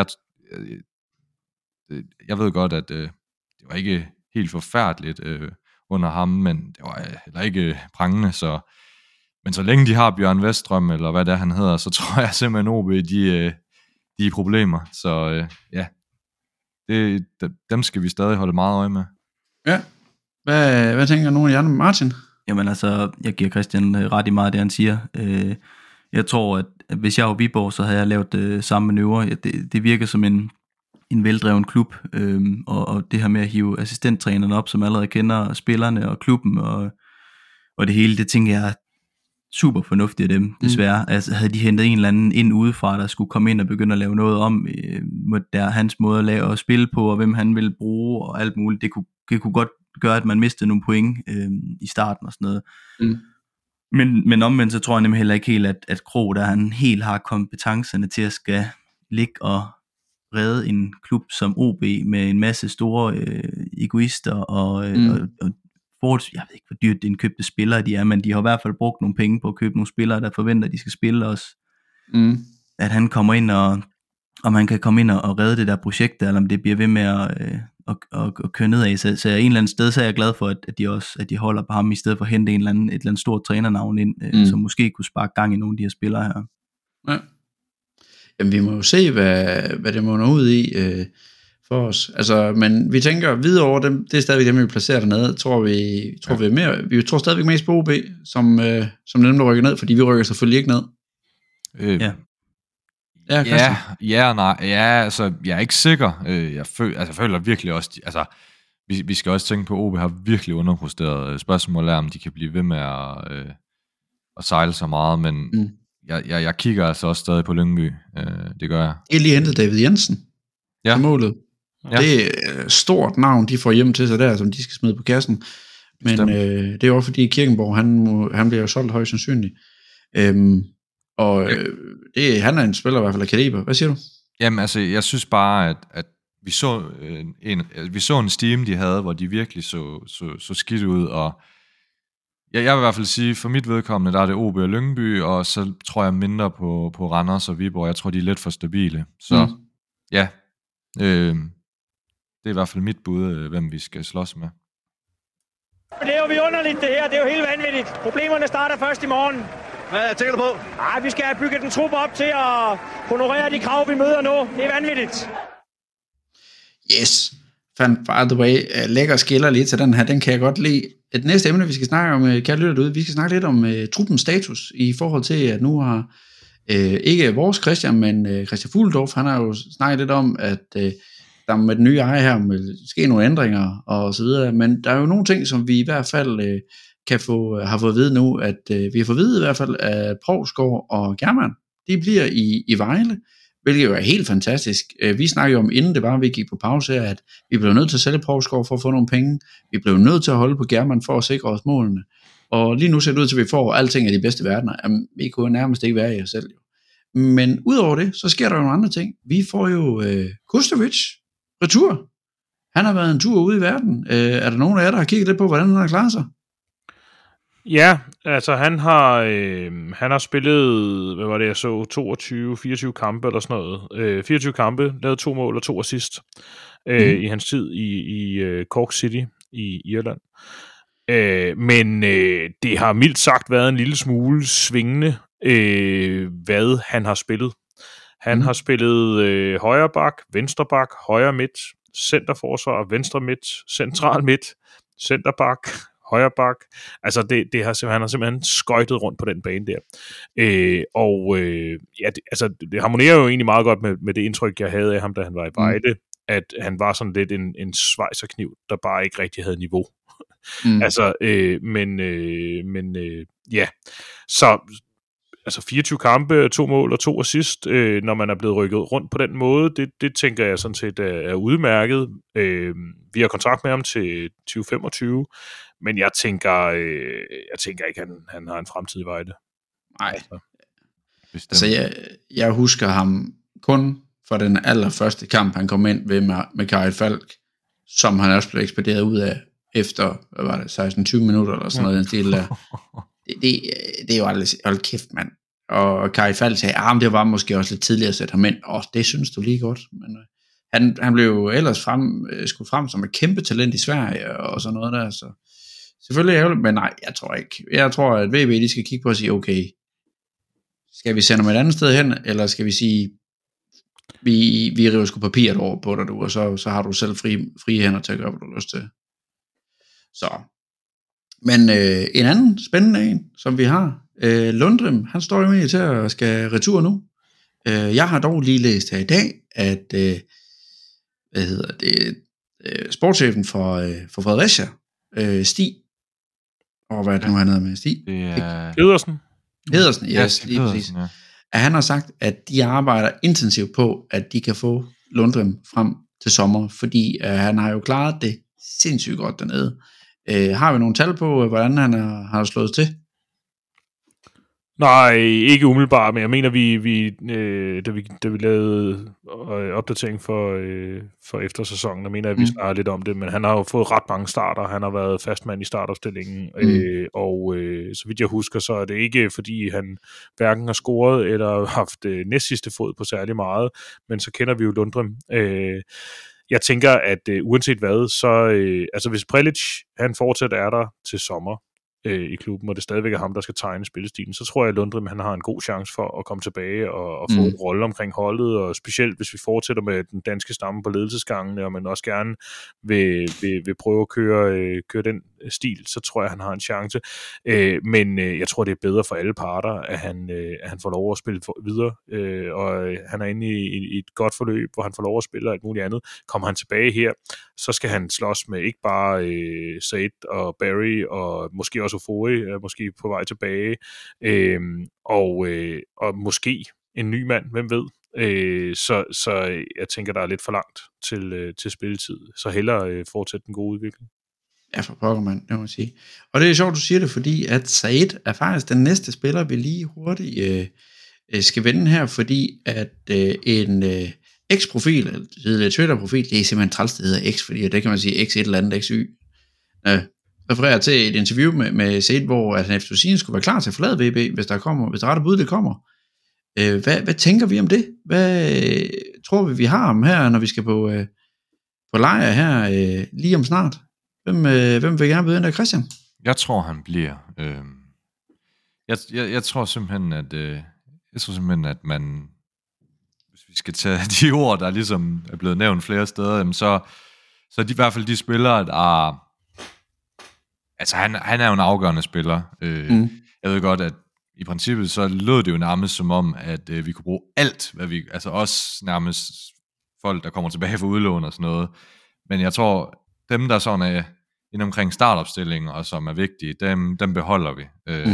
[SPEAKER 4] Jeg ved godt, at det var ikke helt forfærdeligt under ham, men det var heller ikke prangende, men så længe de har Bjørn Weststrøm, eller hvad det er, han hedder, så tror jeg simpelthen, OB, de er i problemer. Så dem skal vi stadig holde meget øje med.
[SPEAKER 3] Ja. Hvad tænker nogen af jer, Martin?
[SPEAKER 5] Jamen altså, jeg giver Christian ret i meget af det, han siger. Jeg tror, at hvis jeg var Viborg, så havde jeg lavet samme manøvre. Det virker som en veldreven klub, og det her med at hive assistenttrænerne op, som allerede kender spillerne og klubben, og det hele, det tænker jeg er super fornuftigt af dem, desværre. Altså, havde de hentet en eller anden ind udefra, der skulle komme ind og begynde at lave noget om, der hans måde at spille på, og hvem han ville bruge, og alt muligt, det kunne godt gøre, at man mistede nogle point i starten og sådan noget. Men omvendt, så tror jeg nemlig heller ikke helt, at Krogh, der han helt har kompetencerne til at skal ligge og redde en klub som OB med en masse store egoister og jeg ved ikke, hvor dyrt det indkøbte spillere de er, men de har i hvert fald brugt nogle penge på at købe nogle spillere, der forventer, at de skal spille også. At han kommer ind og man kan komme ind og redde det der projekt, eller om det bliver ved med at køre nedad. Så et eller andet sted, så er jeg glad for, at de holder på ham, i stedet for at hente et eller andet stort trænernavn ind, som måske kunne sparke gang i nogle af de her spillere her.
[SPEAKER 3] Ja. Jamen, vi må jo se, hvad det munder ud i for os. Altså, men vi tænker videre over dem, det er stadigvæk dem, vi placerer dernede, tror vi mere. Vi tror stadigvæk mest på OB, som dem, der rykker ned, fordi vi rykker selvfølgelig ikke ned.
[SPEAKER 4] Ja og nej. Ja, altså, jeg er ikke sikker. Jeg føler virkelig også, altså, vi skal også tænke på, at OB har virkelig underpresteret. Spørgsmålet er, om de kan blive ved med at sejle så meget, men jeg kigger altså også stadig på Lyngby. Det gør jeg.
[SPEAKER 3] Jeg lige hentet David Jensen til målet. Ja. Det er et stort navn, de får hjem til sig der, som de skal smide på kassen. Men det er jo også fordi Kirkenborg, han bliver jo solgt højst sandsynligt. Han er en spiller i hvert fald af kaliber. Hvad siger du?
[SPEAKER 4] Jamen altså, jeg synes bare, at vi så en steam, de havde, hvor de virkelig så skidt ud, og jeg vil i hvert fald sige, for mit vedkommende, der er det OB og Lyngby, og så tror jeg mindre på Randers og Viborg. Jeg tror, de er lidt for stabile. Så ja, det er i hvert fald mit bud, hvem vi skal slås med.
[SPEAKER 7] Det er jo vidunderligt det her, det er jo helt vanvittigt. Problemerne starter først i morgen. Hvad tænker du på? Vi skal have bygget en trup op til at honorere de krav, vi møder nu. Det er vanvittigt.
[SPEAKER 3] Yes. By the way, lækker skiller lige til den her, den kan jeg godt lide. Et næste emne, vi skal snakke om, kære lytter derude, vi skal snakke lidt om truppens status, i forhold til, at nu har ikke vores Christian, men Christian Fuglendorf, han har jo snakket lidt om, at der med den nye ejer her vil ske nogle ændringer, og så videre, men der er jo nogle ting, som vi i hvert fald har fået at vide nu, at vi har fået at vide i hvert fald, at Provsgaard og German, de bliver i Vejle, hvilket jo er helt fantastisk. Vi snakkede jo om, inden det var, vi gik på pause her, at vi blev nødt til at sælge Provsgaard for at få nogle penge. Vi blev nødt til at holde på German for at sikre os målene. Og lige nu ser det ud til, at vi får alting af de bedste verdener. Jamen, vi kunne nærmest ikke være i os selv. Men udover det, så sker der jo nogle andre ting. Vi får jo Kustovic retur. Han har været en tur ude i verden. Er der nogen af jer, der har kigget lidt på, hvordan han har klaret sig?
[SPEAKER 6] Ja, altså han har spillet, hvad var det jeg så, 24 kampe eller sådan noget. 24 kampe, lavet 2 mål og 2 assist i hans tid i Cork City i Irland. Men det har mildt sagt været en lille smule svingende, hvad han har spillet. Han har spillet højre bak, venstre bak, højre midt, centerforsvar, venstre midt, central midt, centerbak, højre bak. Altså han har simpelthen skøjtet rundt på den bane der. Det harmonerer jo egentlig meget godt med det indtryk, jeg havde af ham, da han var i Vejle, at han var sådan lidt en svejserkniv, der bare ikke rigtig havde niveau. Så 24 kampe, 2 mål og 2 assist, når man er blevet rykket rundt på den måde, det tænker jeg sådan set er udmærket. Vi har kontrakt med ham til 2025, men jeg tænker ikke, han har en fremtid i Vejle.
[SPEAKER 3] Nej. Altså, jeg husker ham kun for den allerførste kamp, han kom ind ved med Kari Falk, som han også blev ekspederet ud af efter, hvad var det, 16-20 minutter eller sådan noget, den stil der. Det er jo aldrig, hold kæft, mand. Og Kari Falk sagde, det var måske også lidt tidligere at sætte ham ind. Det synes du lige godt. Men han blev jo ellers skudt frem som et kæmpe talent i Sverige og sådan noget der. Så selvfølgelig ærgerligt, men nej, jeg tror ikke. Jeg tror, at VB, de skal kigge på og sige, okay, skal vi sende ham et andet sted hen, eller skal vi sige, vi river sgu papiret over på dig, og så har du selv frie hænder til at gøre, hvad du har lyst til. Så. Men en anden spændende en, som vi har, Lundrim, han står jo egentlig til at skal retur nu. Jeg har dog lige læst her i dag, at sportschefen for Fredericia, Stig, og hvad er det nu, han hedder med Stig?
[SPEAKER 4] Det er...
[SPEAKER 6] Pedersen,
[SPEAKER 3] yes, lige præcis. Ja. At han har sagt, at de arbejder intensivt på, at de kan få Lundrim frem til sommer, fordi han har jo klaret det sindssygt godt dernede. Har vi nogle tal på, hvordan han har slået til?
[SPEAKER 6] Nej, ikke umiddelbart, men jeg mener, da vi lavede opdatering for eftersæsonen, der mener jeg, at vi snakker lidt om det, men han har jo fået ret mange starter, han har været fastmand i startopstillingen, og så vidt jeg husker, så er det ikke, fordi han hverken har scoret eller haft næstsidste fod på særlig meget, men så kender vi jo Lundrim. Jeg tænker, at uanset hvad, så hvis Prelic, han fortsat er der til sommer, i klubben, og det stadigvæk er ham, der skal tegne spillestilen, så tror jeg, at Lundrim, han har en god chance for at komme tilbage og få en rolle omkring holdet, og specielt hvis vi fortsætter med den danske stamme på ledelsesgangene, og man også gerne vil prøve at køre den stil, så tror jeg, han har en chance. Men jeg tror, det er bedre for alle parter, at han får lov at spille videre, og han er inde i et godt forløb, hvor han får lov at spille og alt muligt andet. Kommer han tilbage her, så skal han slås med ikke bare Said og Barry, og måske også Ofori er måske på vej tilbage, og måske en ny mand, hvem ved. Så jeg tænker, der er lidt for langt til spilletid, så hellere fortsætte den gode udvikling.
[SPEAKER 3] Ja, for pokker, mand, det må man sige. Og det er sjovt, du siger det, fordi at Said er faktisk den næste spiller, vi lige hurtigt skal vende her, fordi at en X-profil, eller Twitter-profil, det er simpelthen træls, det hedder X, fordi det kan man sige X et eller andet, XY, refererer til et interview med Said, hvor at han efter sigende skulle være klar til at forlade VB, hvis der rette bud det kommer. Hvad tænker vi om det? Hvad tror vi har om her, når vi skal på lejr her lige om snart? Hvem vil gerne byde ind der, Christian?
[SPEAKER 4] Jeg tror, han bliver. Jeg tror simpelthen, at man, hvis vi skal tage de ord, der ligesom er blevet nævnt flere steder, så er de i hvert fald de spillere, der altså han er jo en afgørende spiller. Jeg ved godt, at i princippet så lød det jo nærmest som om, at vi kunne bruge alt, hvad vi, altså også nærmest folk, der kommer tilbage fra udlån og sådan noget. Men jeg tror, dem der sådan er inde omkring startopstillingen, og som er vigtige, dem beholder vi.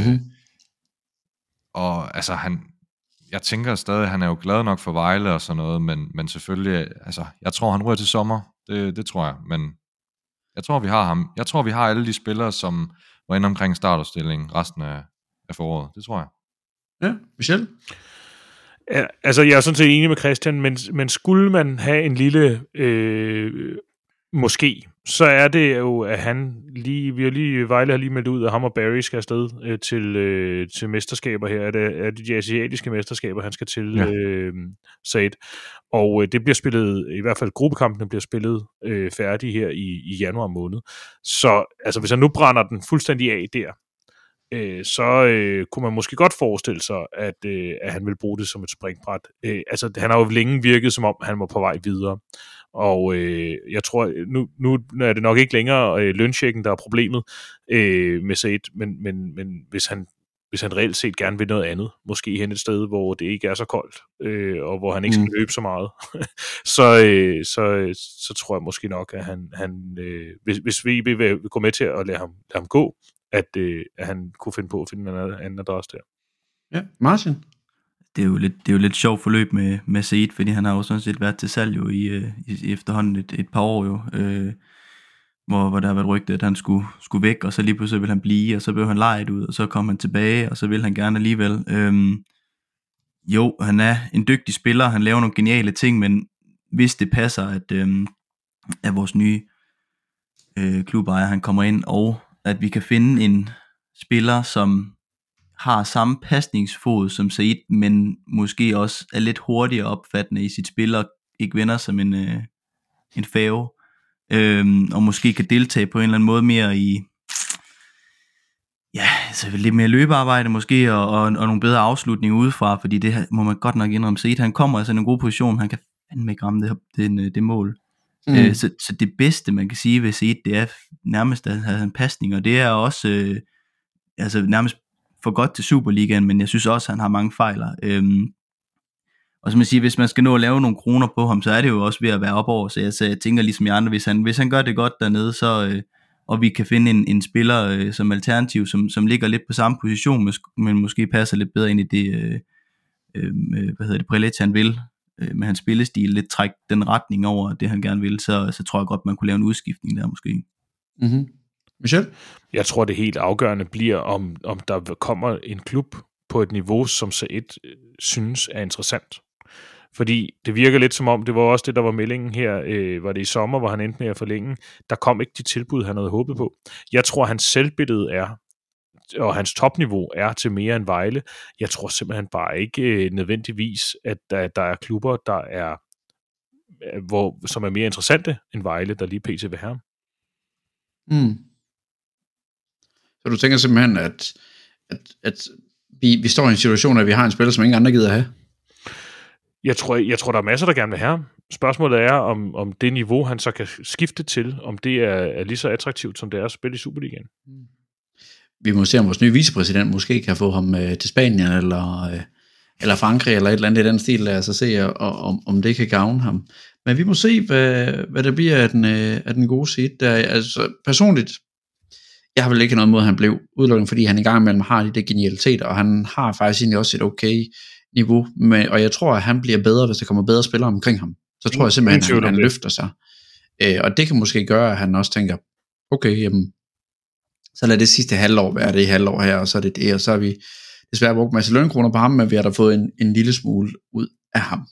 [SPEAKER 4] Og altså jeg tænker stadig, han er jo glad nok for Vejle og sådan noget, men selvfølgelig, altså jeg tror, han ryger til sommer. Det tror jeg, men jeg tror, vi har ham. Jeg tror, vi har alle de spillere, som var inde omkring startopstillingen resten af foråret. Det tror jeg.
[SPEAKER 3] Ja, Michel?
[SPEAKER 6] Ja, altså, jeg er sådan set enig med Christian, men skulle man have en lille måske, så er det jo, at Vejle har lige meldt ud, at ham og Barry skal afsted til mesterskaber her. Er det de asiatiske mesterskaber, han skal til, Said. Og det bliver spillet, i hvert fald gruppekampene bliver spillet færdige her i januar måned. Så altså, hvis han nu brænder den fuldstændig af der, så kunne man måske godt forestille sig, at han vil bruge det som et springbræt. Altså, han har jo længe virket, som om han var på vej videre. Og jeg tror, nu er det nok ikke længere lønchecken, der er problemet med Said, men hvis han reelt set gerne vil noget andet, måske hen et sted, hvor det ikke er så koldt, og hvor han ikke skal løbe så meget, så tror jeg måske nok, at han hvis VB vil gå med til at lade ham gå, at han kunne finde på at finde en anden adresse der. Ja,
[SPEAKER 3] Martin?
[SPEAKER 5] Det er jo lidt sjovt forløb med Said, fordi han har jo sådan set været til salg jo i efterhånden et par år jo, hvor der har været rygtet, at han skulle væk, og så lige pludselig vil han blive, og så blev han lejet ud, og så kom han tilbage, og så vil han gerne alligevel. Jo, han er en dygtig spiller, han laver nogle geniale ting, men hvis det passer, at vores nye klubejer, han kommer ind, og at vi kan finde en spiller, som har samme pasningsfod som Said, men måske også er lidt hurtigere opfattende i sit spil, og ikke vender som en fave, og måske kan deltage på en eller anden måde mere i, ja, altså lidt mere løbearbejde måske, og nogle bedre afslutninger udefra, fordi det må man godt nok indrømme. Said, han kommer altså i en god position, han kan fandme ikke ramme det mål. Så det bedste, man kan sige ved Said, det er nærmest at have en pasning, og det er også altså nærmest for godt til Superligaen, men jeg synes også, at han har mange fejler. Og som man siger, hvis man skal nå at lave nogle kroner på ham, så er det jo også ved at være op over, så jeg tænker ligesom i andre, hvis han gør det godt dernede, så, og vi kan finde en spiller som alternativ, som ligger lidt på samme position, men måske passer lidt bedre ind i det, Prelet han vil, med hans spillestil, lidt trække den retning over det, han gerne vil, så tror jeg godt, man kunne lave en udskiftning der måske.
[SPEAKER 3] Mm-hmm. Michel?
[SPEAKER 6] Jeg tror, det helt afgørende bliver, om der kommer en klub på et niveau, som Said synes er interessant. Fordi det virker lidt som om, det var også det, der var meldingen her, var det i sommer, hvor han endte med at forlænge. Der kom ikke de tilbud, han havde håbet på. Jeg tror, hans selvbillede er, og hans topniveau er til mere end Vejle. Jeg tror simpelthen bare ikke nødvendigvis, at der er klubber, som er mere interessante end Vejle, der lige pt. Vil have ham.
[SPEAKER 3] Så du tænker simpelthen, at vi står i en situation, at vi har en spiller, som ingen andre gider have?
[SPEAKER 6] Jeg tror, der er masser, der gerne vil have ham. Spørgsmålet er, om det niveau, han så kan skifte til, om det er lige så attraktivt, som det er at spille i Superligaen.
[SPEAKER 3] Vi må se, om vores nye vicepræsident måske kan få ham til Spanien, eller Frankrig, eller et eller andet i den stil, lad os se, om det kan gavne ham. Men vi må se, hvad der bliver af den gode Said. Altså, personligt, jeg har vel ikke noget mod, at han blev udelukket, fordi han i gang imellem har de der genialiteter, og han har faktisk egentlig også et okay niveau, og jeg tror, at han bliver bedre, hvis der kommer bedre spillere omkring ham. Så tror jeg simpelthen, at han løfter sig. Og det kan måske gøre, at han også tænker, okay, jamen, så lad det sidste halvår være det halvår her, og så er det, og så har vi desværre brugt en masse lønkroner på ham, men vi har da fået en lille smule ud af ham.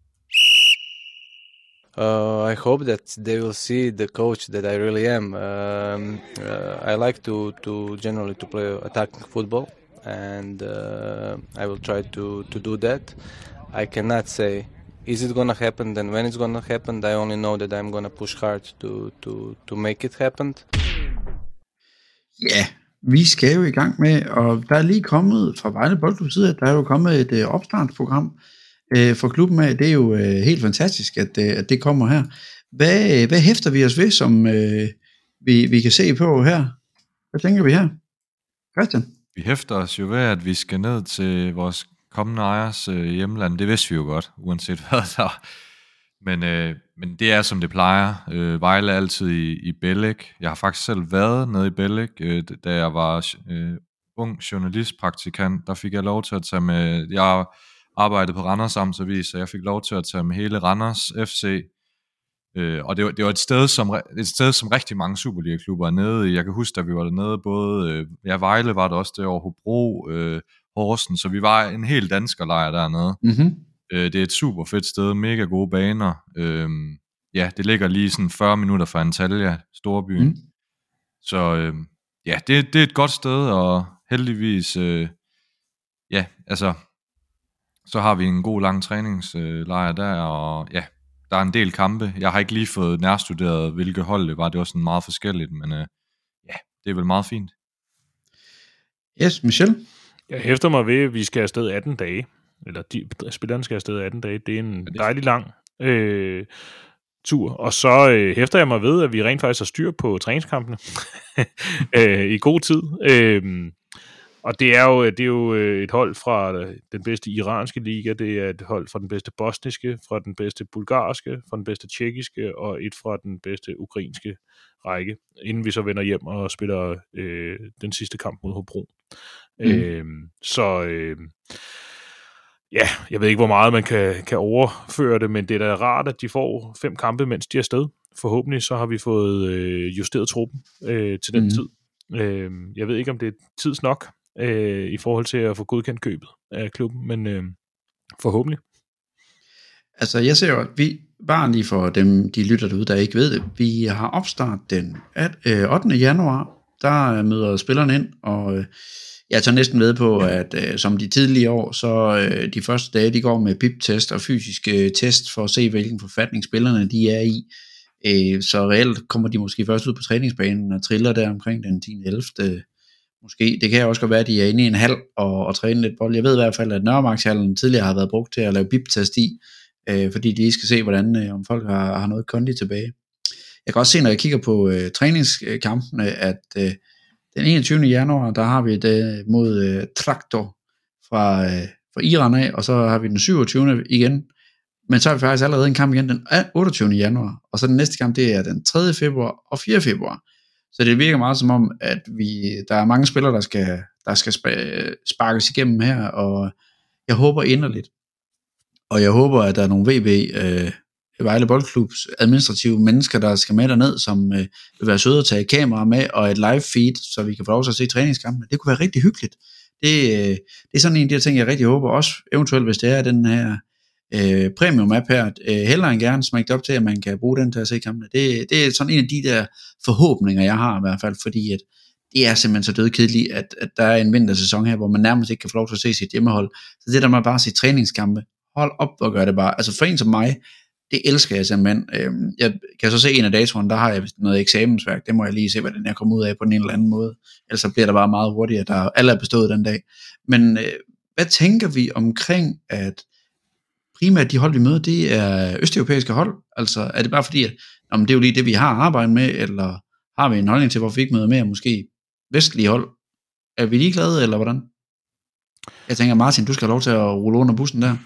[SPEAKER 8] I hope that they will see the coach that I really am. I like to generally to play attacking football, and I will try to do that. I cannot say is it gonna happen, then when it's gonna happen. I only know that I'm gonna push hard to make it happen.
[SPEAKER 3] Ja, vi skal jo i gang med, og der er lige kommet fra Vejle Boldklubs side, at der er jo kommet et opstartsprogram for klubben af. Det er jo helt fantastisk, at det kommer her. Hvad hæfter vi os ved, som vi kan se på her? Hvad tænker vi her? Christian?
[SPEAKER 4] Vi hæfter os jo ved, at vi skal ned til vores kommende ejers hjemland. Det vidste vi jo godt, uanset hvad der. Men det er, som det plejer. Vejle er altid i Bællek. Jeg har faktisk selv været nede i Bællek, da jeg var ung journalistpraktikant. Der fik jeg lov til at tage med... Jeg arbejdede på Randers Amtsavis, så jeg fik lov til at tage med hele Randers FC. Og det var et sted, som rigtig mange Superliga-klubber er nede i. Jeg kan huske, at vi var dernede, både Vejle var der også derovre, Hobro, Horsens, så vi var en hel danskerlejr dernede. Mm-hmm. Det er et super fedt sted, mega gode baner. ja, det ligger lige sådan 40 minutter fra Antalya, storbyen. Så ja, det er et godt sted, og heldigvis, ja, altså, så har vi en god lang træningslejr der, og ja, der er en del kampe. Jeg har ikke lige fået nærstuderet, hvilke hold det var. Det var sådan meget forskelligt, men ja, det er vel meget fint.
[SPEAKER 3] Yes, Michel?
[SPEAKER 6] Jeg hæfter mig ved, at vi skal afsted 18 dage. Eller spillerne skal afsted 18 dage. Det er en dejlig lang tur. Og så hæfter jeg mig ved, at vi rent faktisk har styr på træningskampene i god tid. Og det er jo et hold fra den bedste iranske liga, det er et hold fra den bedste bosniske, fra den bedste bulgarske, fra den bedste tjekkiske og et fra den bedste ukrainske række, inden vi så vender hjem og spiller den sidste kamp mod Hobro. Ja, jeg ved ikke, hvor meget man kan overføre det, men det er da rart, at de får 5 kampe, mens de er afsted. Forhåbentlig så har vi fået justeret truppen til den tid. Jeg ved ikke, om det er tids nok i forhold til at få godkendt købet af klubben, men forhåbentlig.
[SPEAKER 3] Altså, jeg ser jo, at vi, bare lige for dem, de lytter derude, der ikke ved det, vi har opstart den 8. januar, der møder spillerne ind, og jeg tager næsten ved på, at som de tidligere år, så de første dage, de går med PIP-test og fysiske test for at se, hvilken forfatning spillerne de er i. Så reelt kommer de måske først ud på træningsbanen og triller der omkring den 10. 11. Måske. Det kan også godt være, at de er inde i en hal og træne lidt bold. Jeg ved i hvert fald, at Nørremarkshallen tidligere har været brugt til at lave PIP-test i, fordi de skal se, hvordan om folk har noget kondi tilbage. Jeg kan også se, når jeg kigger på træningskampene, at den 21. januar, der har vi det mod Traktor fra Iran af, og så har vi den 27. igen. Men så har vi faktisk allerede en kamp igen den 28. januar, og så den næste kamp, det er den 3. februar og 4. februar. Så det virker meget som om, at der er mange spillere, der skal sparkes igennem her, og jeg håber inderligt. Og jeg håber, at der er nogle VB, Vejle Boldklubs administrative mennesker, der skal med derned, som vil være søde at tage kamera med, og et live feed, så vi kan få lov til at se træningskampene. Det kunne være rigtig hyggeligt. Det er sådan en af de ting, jeg rigtig håber, også eventuelt, hvis det er den her premium app her, hellere end gerne smægt op til, at man kan bruge den til at se kampene. Det er sådan en af de der forhåbninger, jeg har i hvert fald, fordi at det er simpelthen så dødkedeligt, at der er en vintersæson her, hvor man nærmest ikke kan få lov til at se sit hjemmehold. Så det der med bare at se træningskampe, hold op og gør det bare. Altså for en som mig, det elsker jeg simpelthen. Jeg kan så se en af datoren, der har jeg noget eksamensværk, det må jeg lige se, hvordan jeg kommer ud af på en eller anden måde. Ellers så bliver der bare meget hurtigere, der alle er bestået den dag. Men hvad tænker vi omkring, at primært de hold, vi møder, det er østeuropæiske hold? Altså er det bare fordi, at det er jo lige det, vi har arbejdet med, eller har vi en holdning til, hvorfor vi ikke møder mere måske vestlige hold? Er vi ligeglade, eller hvordan? Jeg tænker, Martin, du skal have lov til at rulle under bussen der.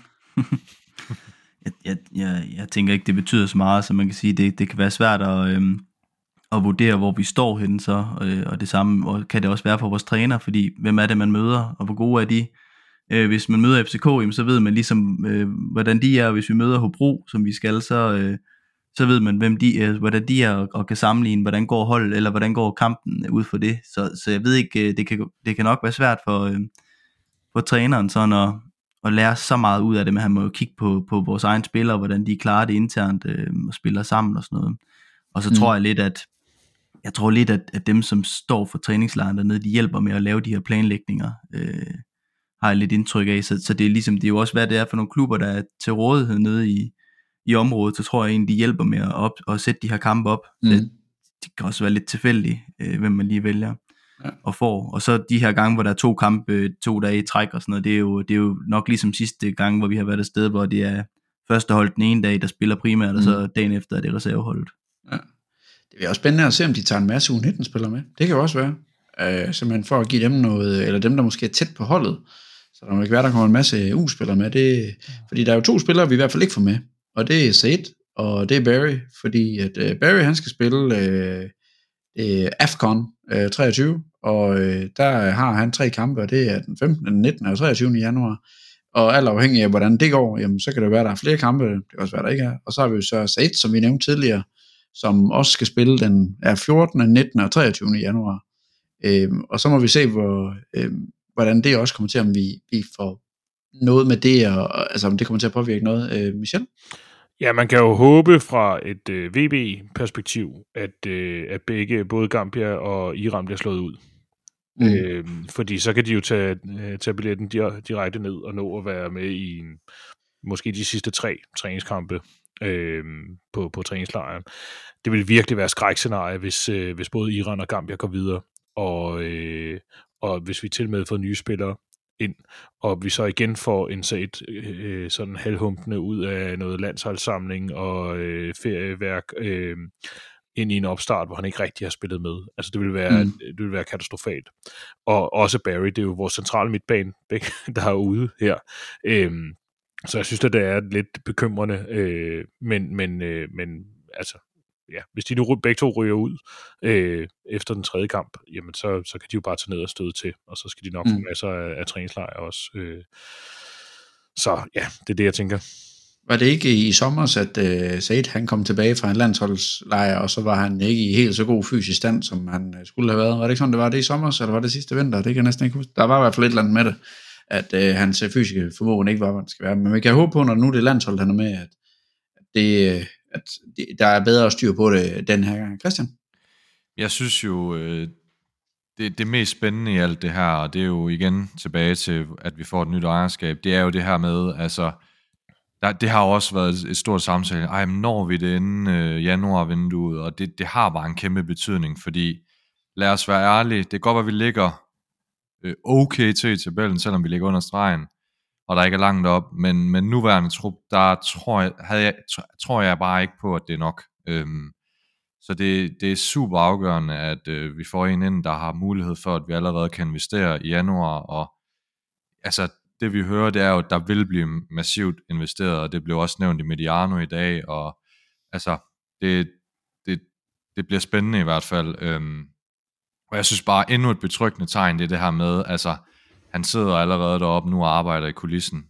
[SPEAKER 5] Jeg tænker ikke, det betyder så meget, så man kan sige, det kan være svært at vurdere, hvor vi står henne så, og det samme og kan det også være for vores træner, fordi hvem er det, man møder, og hvor gode er de? Hvis man møder FCK, så ved man ligesom, hvordan de er, og hvis vi møder Hobro, som vi skal, så ved man, hvordan de er, og kan sammenligne, hvordan går hold, eller hvordan går kampen ud for det. Så jeg ved ikke, det kan nok være svært for træneren sådan at lære så meget ud af det, men han må jo kigge på vores egne spillere, hvordan de klarer det internt og spiller sammen og sådan noget. Og så tror jeg lidt, at dem, som står for træningslejren dernede, de hjælper med at lave de her planlægninger, har jeg lidt indtryk af. Så det er ligesom, det er jo også, hvad det er for nogle klubber, der er til rådighed nede i området, så tror jeg egentlig, de hjælper med at sætte de her kampe op. Det kan også være lidt tilfældigt, hvem man lige vælger og får. Og så de her gange, hvor der er 2 kampe, 2 dage i træk og sådan noget, det er jo nok ligesom sidste gang, hvor vi har været et sted, hvor det er første hold den ene dag, der spiller primært, og så dagen efter er det reserveholdet. Ja.
[SPEAKER 3] Det bliver også spændende at se, om de tager en masse U19-spillere med. Det kan jo også være. Simpelthen for at give dem noget, eller dem, der måske er tæt på holdet. Så der må ikke være, der kommer en masse U-spillere med. Fordi der er jo 2 spillere, vi i hvert fald ikke får med. Og det er Said, og det er Barry. Fordi at Barry, han skal spille AFCON 23, og der har han 3 kampe, og det er den 15., den 19. og 23. januar. Og alt afhængig af, hvordan det går, jamen, så kan det være, der er flere kampe, det kan også være, der ikke er. Og så har vi jo så Said, som vi nævnte tidligere, som også skal spille den 14., 19. og 23. januar. Og så må vi se, hvordan det også kommer til, om vi får noget med det, og altså om det kommer til at påvirke noget. Michel?
[SPEAKER 6] Ja, man kan jo håbe fra et VB-perspektiv, at begge, både Gambia og Iran, bliver slået ud. Fordi så kan de jo tage billetten direkte ned og nå at være med i måske de sidste 3 træningskampe på træningslejren. Det vil virkelig være skrækscenarie, hvis både Iran og Gambia går videre, og hvis vi til med får nye spillere ind, og vi så igen får en sådan halvhumpende ud af noget landsholdssamling og ferieværk ind i en opstart, hvor han ikke rigtig har spillet med. Altså det vil være katastrofalt. Og også Barry, det er jo vores centrale midtbane, der er ude her. Så jeg synes, at det er lidt bekymrende, men altså, ja, hvis de nu begge to ryger ud efter den 3. kamp, jamen så kan de jo bare tage ned og støde til, og så skal de nok få masser af træningslejre også. Så ja, det er det, jeg tænker.
[SPEAKER 3] Var det ikke i sommer, at Said han kom tilbage fra en landsholdslejr, og så var han ikke i helt så god fysisk stand, som han skulle have været? Var det ikke sådan, det var det i sommer, eller var det sidste vinter? Det kan jeg næsten ikke huske. Der var i hvert fald et eller andet med det, at hans fysiske formåen ikke var, hvad det skal være. Men vi kan håbe på, når nu det er landshold, han er med, at der er bedre styr på det den her gang. Christian?
[SPEAKER 4] Jeg synes jo, det mest spændende i alt det her, og det er jo igen tilbage til, at vi får et nyt ejerskab, det er jo det her med, altså, det har jo også været et stort samtale. Men når vi det inden januarvinduet, og det har bare en kæmpe betydning, fordi lad os være ærlige, det er godt, at vi ligger okay til i tabellen, selvom vi ligger under stregen, og der ikke er langt op, men nuværende trup, der tror jeg bare ikke på, at det er nok. Så det er super afgørende, at vi får en ind, der har mulighed for, at vi allerede kan investere i januar, og altså det vi hører, det er jo, at der vil blive massivt investeret, og det blev også nævnt i Mediano i dag, og altså det bliver spændende i hvert fald. Og jeg synes bare, endnu et betryggende tegn, det er det her med, altså han sidder allerede deroppe nu og arbejder i kulissen.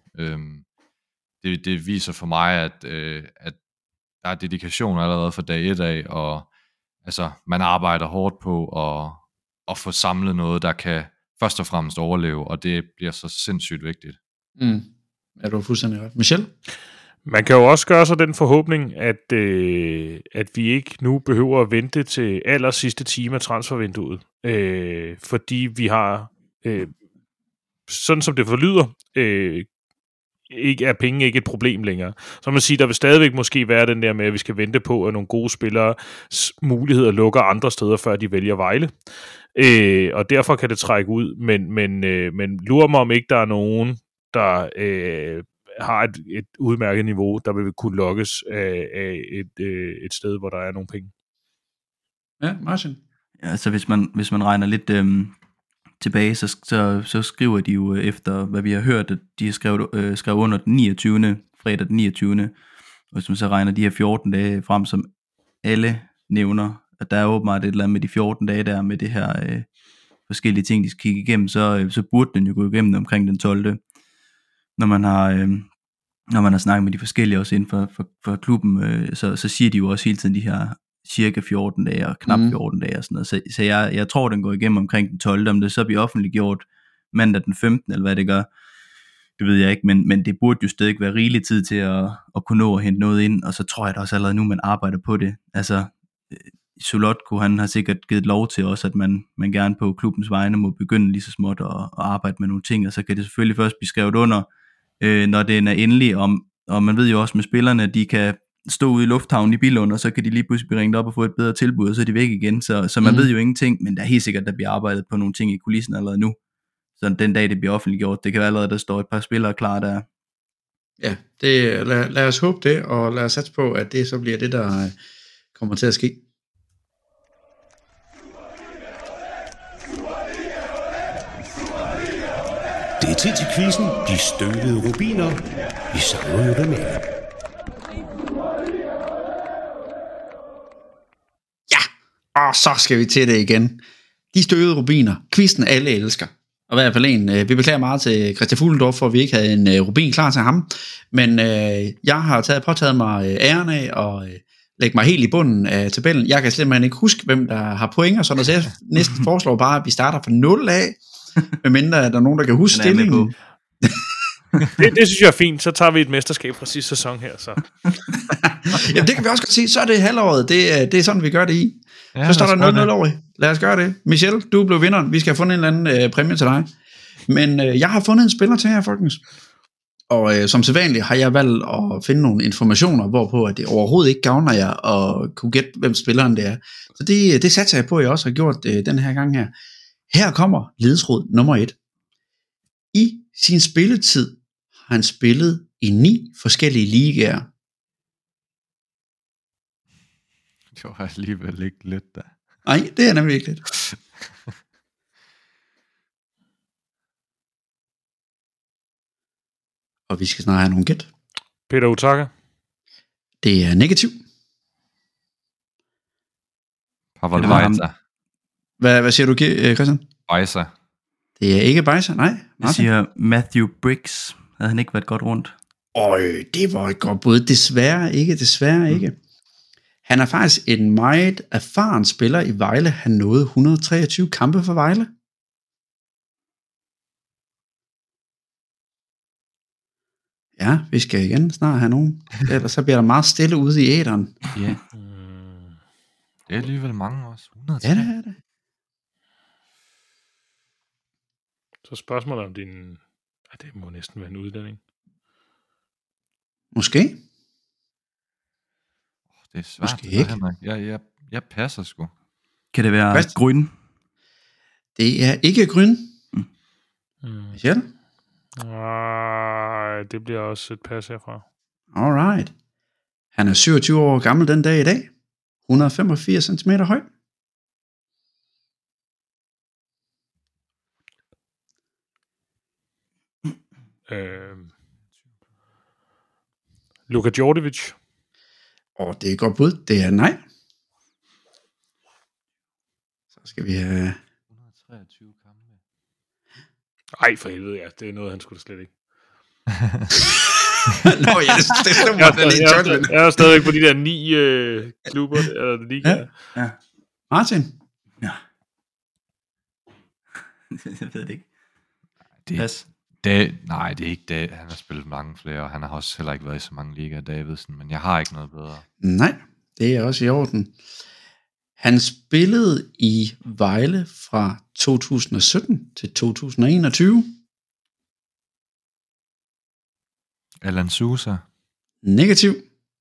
[SPEAKER 4] Det viser for mig, at der er dedikation allerede fra dag 1 af, og altså man arbejder hårdt på at få samlet noget, der kan først og fremmest overleve, og det bliver så sindssygt vigtigt.
[SPEAKER 3] Er du fuldstændig ret? Michel?
[SPEAKER 6] Man kan jo også gøre sig den forhåbning, at vi ikke nu behøver at vente til aller sidste time af transfervinduet, fordi vi har, sådan som det forlyder, ikke er penge ikke et problem længere. Så man siger, der vil stadigvæk måske være den der med, at vi skal vente på, at nogle gode spillere muligheder lukker andre steder, før de vælger Vejle. Og derfor kan det trække ud, men lurer mig om ikke, der er nogen, der har et udmærket niveau, der vil kunne lokkes af et sted, hvor der er nogle penge.
[SPEAKER 3] Ja, Martin?
[SPEAKER 5] Ja, altså hvis man regner lidt tilbage, så skriver de jo efter, hvad vi har hørt, at de har skrevet under den 29. fredag den 29. Og hvis man så regner de her 14 dage frem, som alle nævner, at der er åbenbart et eller andet med de 14 dage der, med det her forskellige ting, de skal kigge igennem, så burde den jo gå igennem omkring den 12. Når man har snakket med de forskellige også inden for klubben, så siger de jo også hele tiden de her cirka 14 dage og knap 14 dage og sådan noget. Så jeg tror, den går igennem omkring den 12. Om det så bliver offentliggjort mandag den 15. eller hvad det gør, det ved jeg ikke, men det burde jo stadig være rigelig tid til at kunne nå at hente noget ind, og så tror jeg da også allerede nu, man arbejder på det. Altså, Solotko, han har sikkert givet lov til også, at man gerne på klubbens vegne må begynde lige så småt at arbejde med nogle ting, og så kan det selvfølgelig først blive skrevet under, når den er endelig, og man ved jo også med spillerne, at de kan stå ude i lufthavnen i Billund, og så kan de lige pludselig blive ringet op og få et bedre tilbud, og så er de væk igen, så man ved jo ingenting, men der er helt sikkert, der bliver arbejdet på nogle ting i kulissen allerede nu, så den dag det bliver offentliggjort, det kan være allerede, der står et par spillere klar der.
[SPEAKER 3] Ja, lad os håbe det, og lad os satse på, at det så bliver det, der kommer til at ske.
[SPEAKER 1] Det er tid til quizzen, de støvede rubiner. Vi savner jo dem af.
[SPEAKER 3] Ja, og så skal vi til det igen. De støvede rubiner, quizzen alle elsker. Og i hvert fald en, vi beklager meget til Christian Fuglendorf, for at vi ikke havde en rubin klar til ham. Men jeg har påtaget mig æren af at lægge mig helt i bunden af tabellen. Jeg kan simpelthen ikke huske, hvem der har point og sådan, så jeg næsten foreslår bare, at vi starter fra 0 af. Medmindre er der nogen, der kan huske stillingen.
[SPEAKER 6] Det synes jeg er fint. Så tager vi et mesterskab fra sidste sæson her. Så.
[SPEAKER 3] Jamen, det kan vi også godt sige. Så er det halvåret. Det er sådan, vi gør det i.
[SPEAKER 4] Ja,
[SPEAKER 3] Så står der 0-0 over. Lad os gøre det. Michel, du blev vinderen. Vi skal have fundet en eller anden præmie til dig. Men jeg har fundet en spiller til her, folkens. Og som sædvanligt har jeg valgt at finde nogle informationer, hvorpå at det overhovedet ikke gavner jer at kunne gætte, hvem spilleren det er. Så det satser jeg på, at jeg også har gjort den her gang her. Her kommer ledetråd nummer 1. I sin spilletid har han spillet i 9 forskellige ligaer.
[SPEAKER 4] Det var alligevel ikke lidt da.
[SPEAKER 3] Nej, det er nemlig ikke lidt. Og vi skal snart have nogle gæt.
[SPEAKER 6] Peter Utaka.
[SPEAKER 3] Det er negativ.
[SPEAKER 4] Pavel Vejta.
[SPEAKER 3] Hvad siger du, Christian?
[SPEAKER 4] Vejta.
[SPEAKER 3] Det er ikke Bajsa, nej.
[SPEAKER 5] Jeg siger Matthew Briggs. Havde han ikke været godt rundt?
[SPEAKER 3] Det var et godt bud. Desværre ikke. Han er faktisk en meget erfaren spiller i Vejle. Han nåede 123 kampe for Vejle. Ja, vi skal igen snart have nogen. Ellers så bliver der meget stille ude i æteren.
[SPEAKER 4] Ja. Det er alligevel mange også. 103.
[SPEAKER 3] Ja, det er det.
[SPEAKER 6] Så spørgsmålet om din... Ja, det må næsten være en udlænding.
[SPEAKER 3] Måske.
[SPEAKER 4] Det er svært.
[SPEAKER 3] Måske ikke.
[SPEAKER 4] Jeg passer sgu.
[SPEAKER 5] Kan det være Grøn?
[SPEAKER 3] Det er ikke Grøn. Michel?
[SPEAKER 6] Nej, det bliver også et pas herfra.
[SPEAKER 3] Alright. Han er 27 år gammel den dag i dag. 185 cm høj.
[SPEAKER 6] Luka Djordjevic.
[SPEAKER 3] Det er et godt bud. Det er nej. Så skal vi have...
[SPEAKER 4] 123 kampe.
[SPEAKER 6] Ej, for helvede, ja. Det er noget, han skulle slet ikke.
[SPEAKER 3] Nå ja, det stemmer.
[SPEAKER 6] Jeg er stadigvæk på de der 9 klubber. Eller ligaer.
[SPEAKER 3] Ja. Martin?
[SPEAKER 5] Ja. Jeg ved det ikke.
[SPEAKER 4] Nej, det er ikke det. Han har spillet mange flere, og han har også heller ikke været i så mange ligaer, Davidsen, men jeg har ikke noget bedre.
[SPEAKER 3] Nej, det er også i orden. Han spillede i Vejle fra 2017 til 2021.
[SPEAKER 4] Alan Sousa.
[SPEAKER 3] Negativ.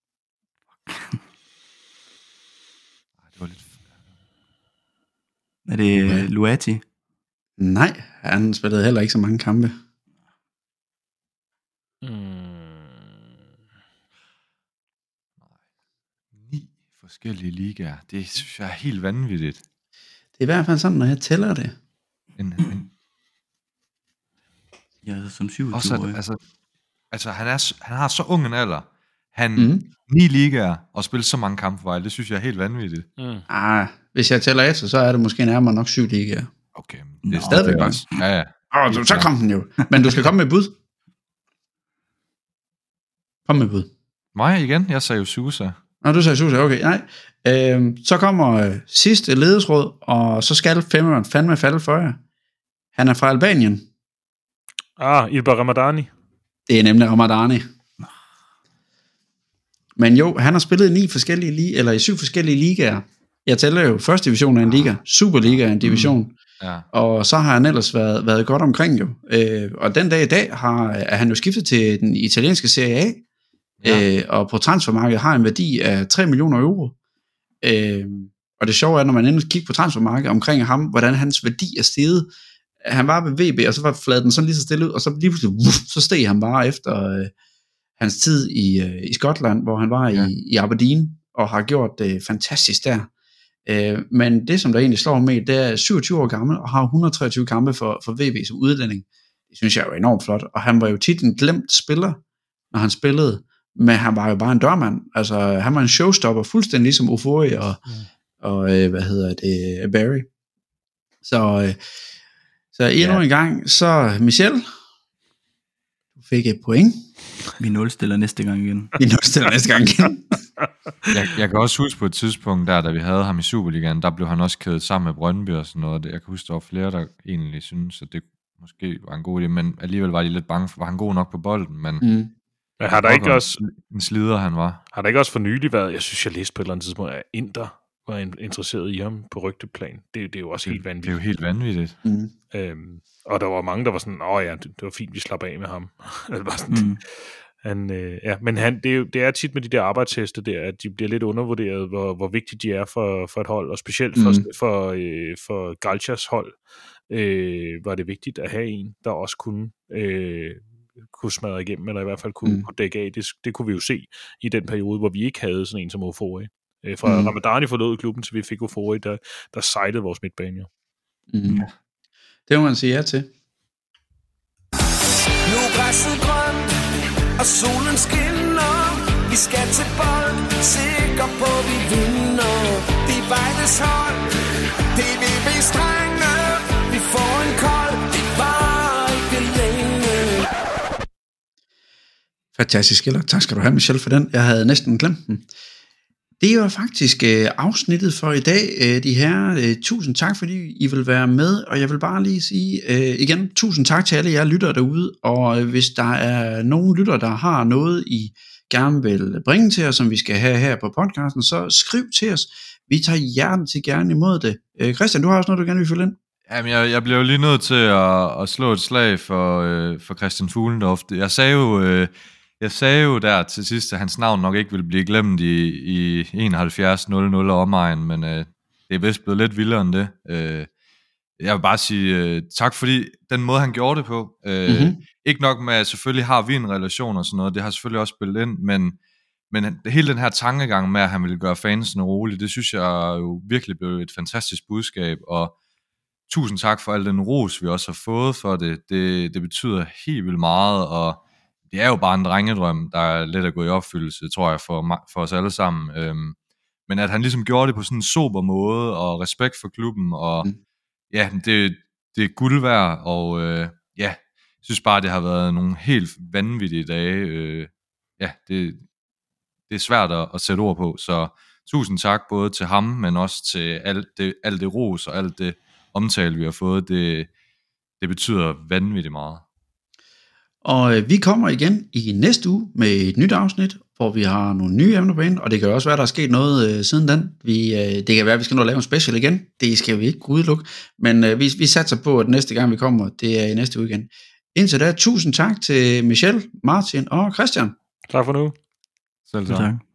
[SPEAKER 4] Det var lidt...
[SPEAKER 5] Er det Luati?
[SPEAKER 3] Nej, han spillede heller ikke så mange kampe.
[SPEAKER 4] 9 forskellige ligaer. Det synes jeg er helt vanvittigt.
[SPEAKER 3] Det er i hvert fald sådan, når jeg tæller det.
[SPEAKER 5] Ja, som 27
[SPEAKER 4] også, altså han har så ung en alder. Han 9 ligaer og spiller så mange kampe for Vejle. Det synes jeg er helt vanvittigt.
[SPEAKER 3] Hvis jeg tæller efter, så er det måske nærmere nok 7 ligaer.
[SPEAKER 4] Okay, det er stadigvæk også. Ja.
[SPEAKER 3] Så kom den jo. Men du skal komme med bud. Kom med bud.
[SPEAKER 4] Mig igen? Jeg sagde jo Sousa.
[SPEAKER 3] Nå, du sagde Sousa, okay. Nej. Så kommer sidste ledesråd, og så skal femmeren fandme falde for jer. Han er fra Albanien.
[SPEAKER 6] Ilber Ramadani.
[SPEAKER 3] Det er nemlig Ramadani. Men jo, han har spillet i 7 forskellige ligaer. Jeg tæller jo første division af en liga, Superliga er en division.
[SPEAKER 4] Ja.
[SPEAKER 3] Og så har han ellers været godt omkring jo. Og den dag i dag er han jo skiftet til den italienske Serie A. Ja. Og på transfermarkedet har en værdi af 3 millioner euro. Og det sjove er, når man ender kigger på transfermarkedet omkring ham, hvordan hans værdi er steget. Han var ved VB, og så var fladet den sådan lige så stille ud, og så lige pludselig, så steg han bare efter hans tid i Skotland, hvor han var i Aberdeen, og har gjort det fantastisk der. Men det, som der egentlig slår med, det er 27 år gammel, og har 123 kampe for VB som udlænding. Det synes jeg er jo enormt flot, og han var jo tit en glemt spiller, når han spillede, men han var jo bare en dørmand. Altså, han var en showstopper, fuldstændig ligesom Ofori og Barry. Så endnu en gang, så Michel, du fik et point.
[SPEAKER 5] Vi nulstiller næste gang igen.
[SPEAKER 4] Jeg kan også huske på et tidspunkt der, da vi havde ham i Superligaen, der blev han også kædet sammen med Brøndby og sådan noget. Jeg kan huske, der var flere, der egentlig synes, at det måske var en god idé, men alligevel var de lidt bange for, var han god nok på bolden, men
[SPEAKER 6] Men har der ikke også
[SPEAKER 4] en slider, han var.
[SPEAKER 6] Har der ikke også for nylig været, jeg synes, jeg læste på et eller andet tidspunkt, at Inter var interesseret i ham på rygteplan. Det er jo også helt vanvittigt.
[SPEAKER 4] Det er jo helt vanvittigt.
[SPEAKER 6] Og der var mange, der var sådan, det var fint, vi slapper af med ham. Det var sådan, men det er tit med de der arbejdsheste der, at de bliver lidt undervurderet, hvor vigtigt de er for et hold, og specielt for Galchas hold var det vigtigt at have en, der også kunne smadre igennem, eller i hvert fald kunne dække af. Det kunne vi jo se i den periode, hvor vi ikke havde sådan en som Ofori. Fra Ramadani forlod klubben, til vi fik Ofori, der sejlede vores midtbane jo.
[SPEAKER 3] Det må man sige ja til.
[SPEAKER 9] Nu græsset grønt, og solen skinner. Vi skal til bold, sikker på vi vinder. Det er Vejles hold, det er VB's drenge. Vi får en kold, det var ikke længe.
[SPEAKER 3] Fantastisk, eller tak skal du have, Michel, for den. Jeg havde næsten glemt den. Det var faktisk afsnittet for i dag. De her, tusind tak, fordi I vil være med, og jeg vil bare lige sige igen, tusind tak til alle jer lyttere derude, og hvis der er nogen lyttere, der har noget, I gerne vil bringe til os, som vi skal have her på podcasten, så skriv til os. Vi tager hjerten til gerne imod det. Christian, du har også noget, du gerne vil følge ind?
[SPEAKER 4] Jamen, jeg blev jo lige nødt til at slå et slag for Christian Fuglendorf. Jeg sagde jo der til sidst, at hans navn nok ikke ville blive glemt i 71-00 og omegn, men det er vist blevet lidt vildere end det. Jeg vil bare sige tak, fordi den måde, han gjorde det på, ikke nok med, at selvfølgelig har vi en relation og sådan noget, det har selvfølgelig også spillet ind, men hele den her tankegang med, at han ville gøre fansene roligt, det synes jeg jo virkelig blev et fantastisk budskab, og tusind tak for al den ros, vi også har fået for det. Det betyder helt vildt meget, og det er jo bare en drengedrøm, der er let at gå i opfyldelse, tror jeg, for os alle sammen. Men at han ligesom gjorde det på sådan en sober måde, og respekt for klubben, og ja, det er guld værd, og jeg synes bare, det har været nogle helt vanvittige dage. Det er svært at sætte ord på, så tusind tak både til ham, men også til alt det ros og alt det omtale, vi har fået. Det betyder vanvittigt meget.
[SPEAKER 3] Og vi kommer igen i næste uge med et nyt afsnit, hvor vi har nogle nye emner på ind, og det kan også være, der er sket noget siden den. Det kan være, at vi skal nå lave en special igen. Det skal vi ikke udelukke, men vi satser på, at næste gang vi kommer, det er i næste uge igen. Indtil da, tusind tak til Michel, Martin og Christian.
[SPEAKER 6] Tak for nu.
[SPEAKER 4] Selv tak.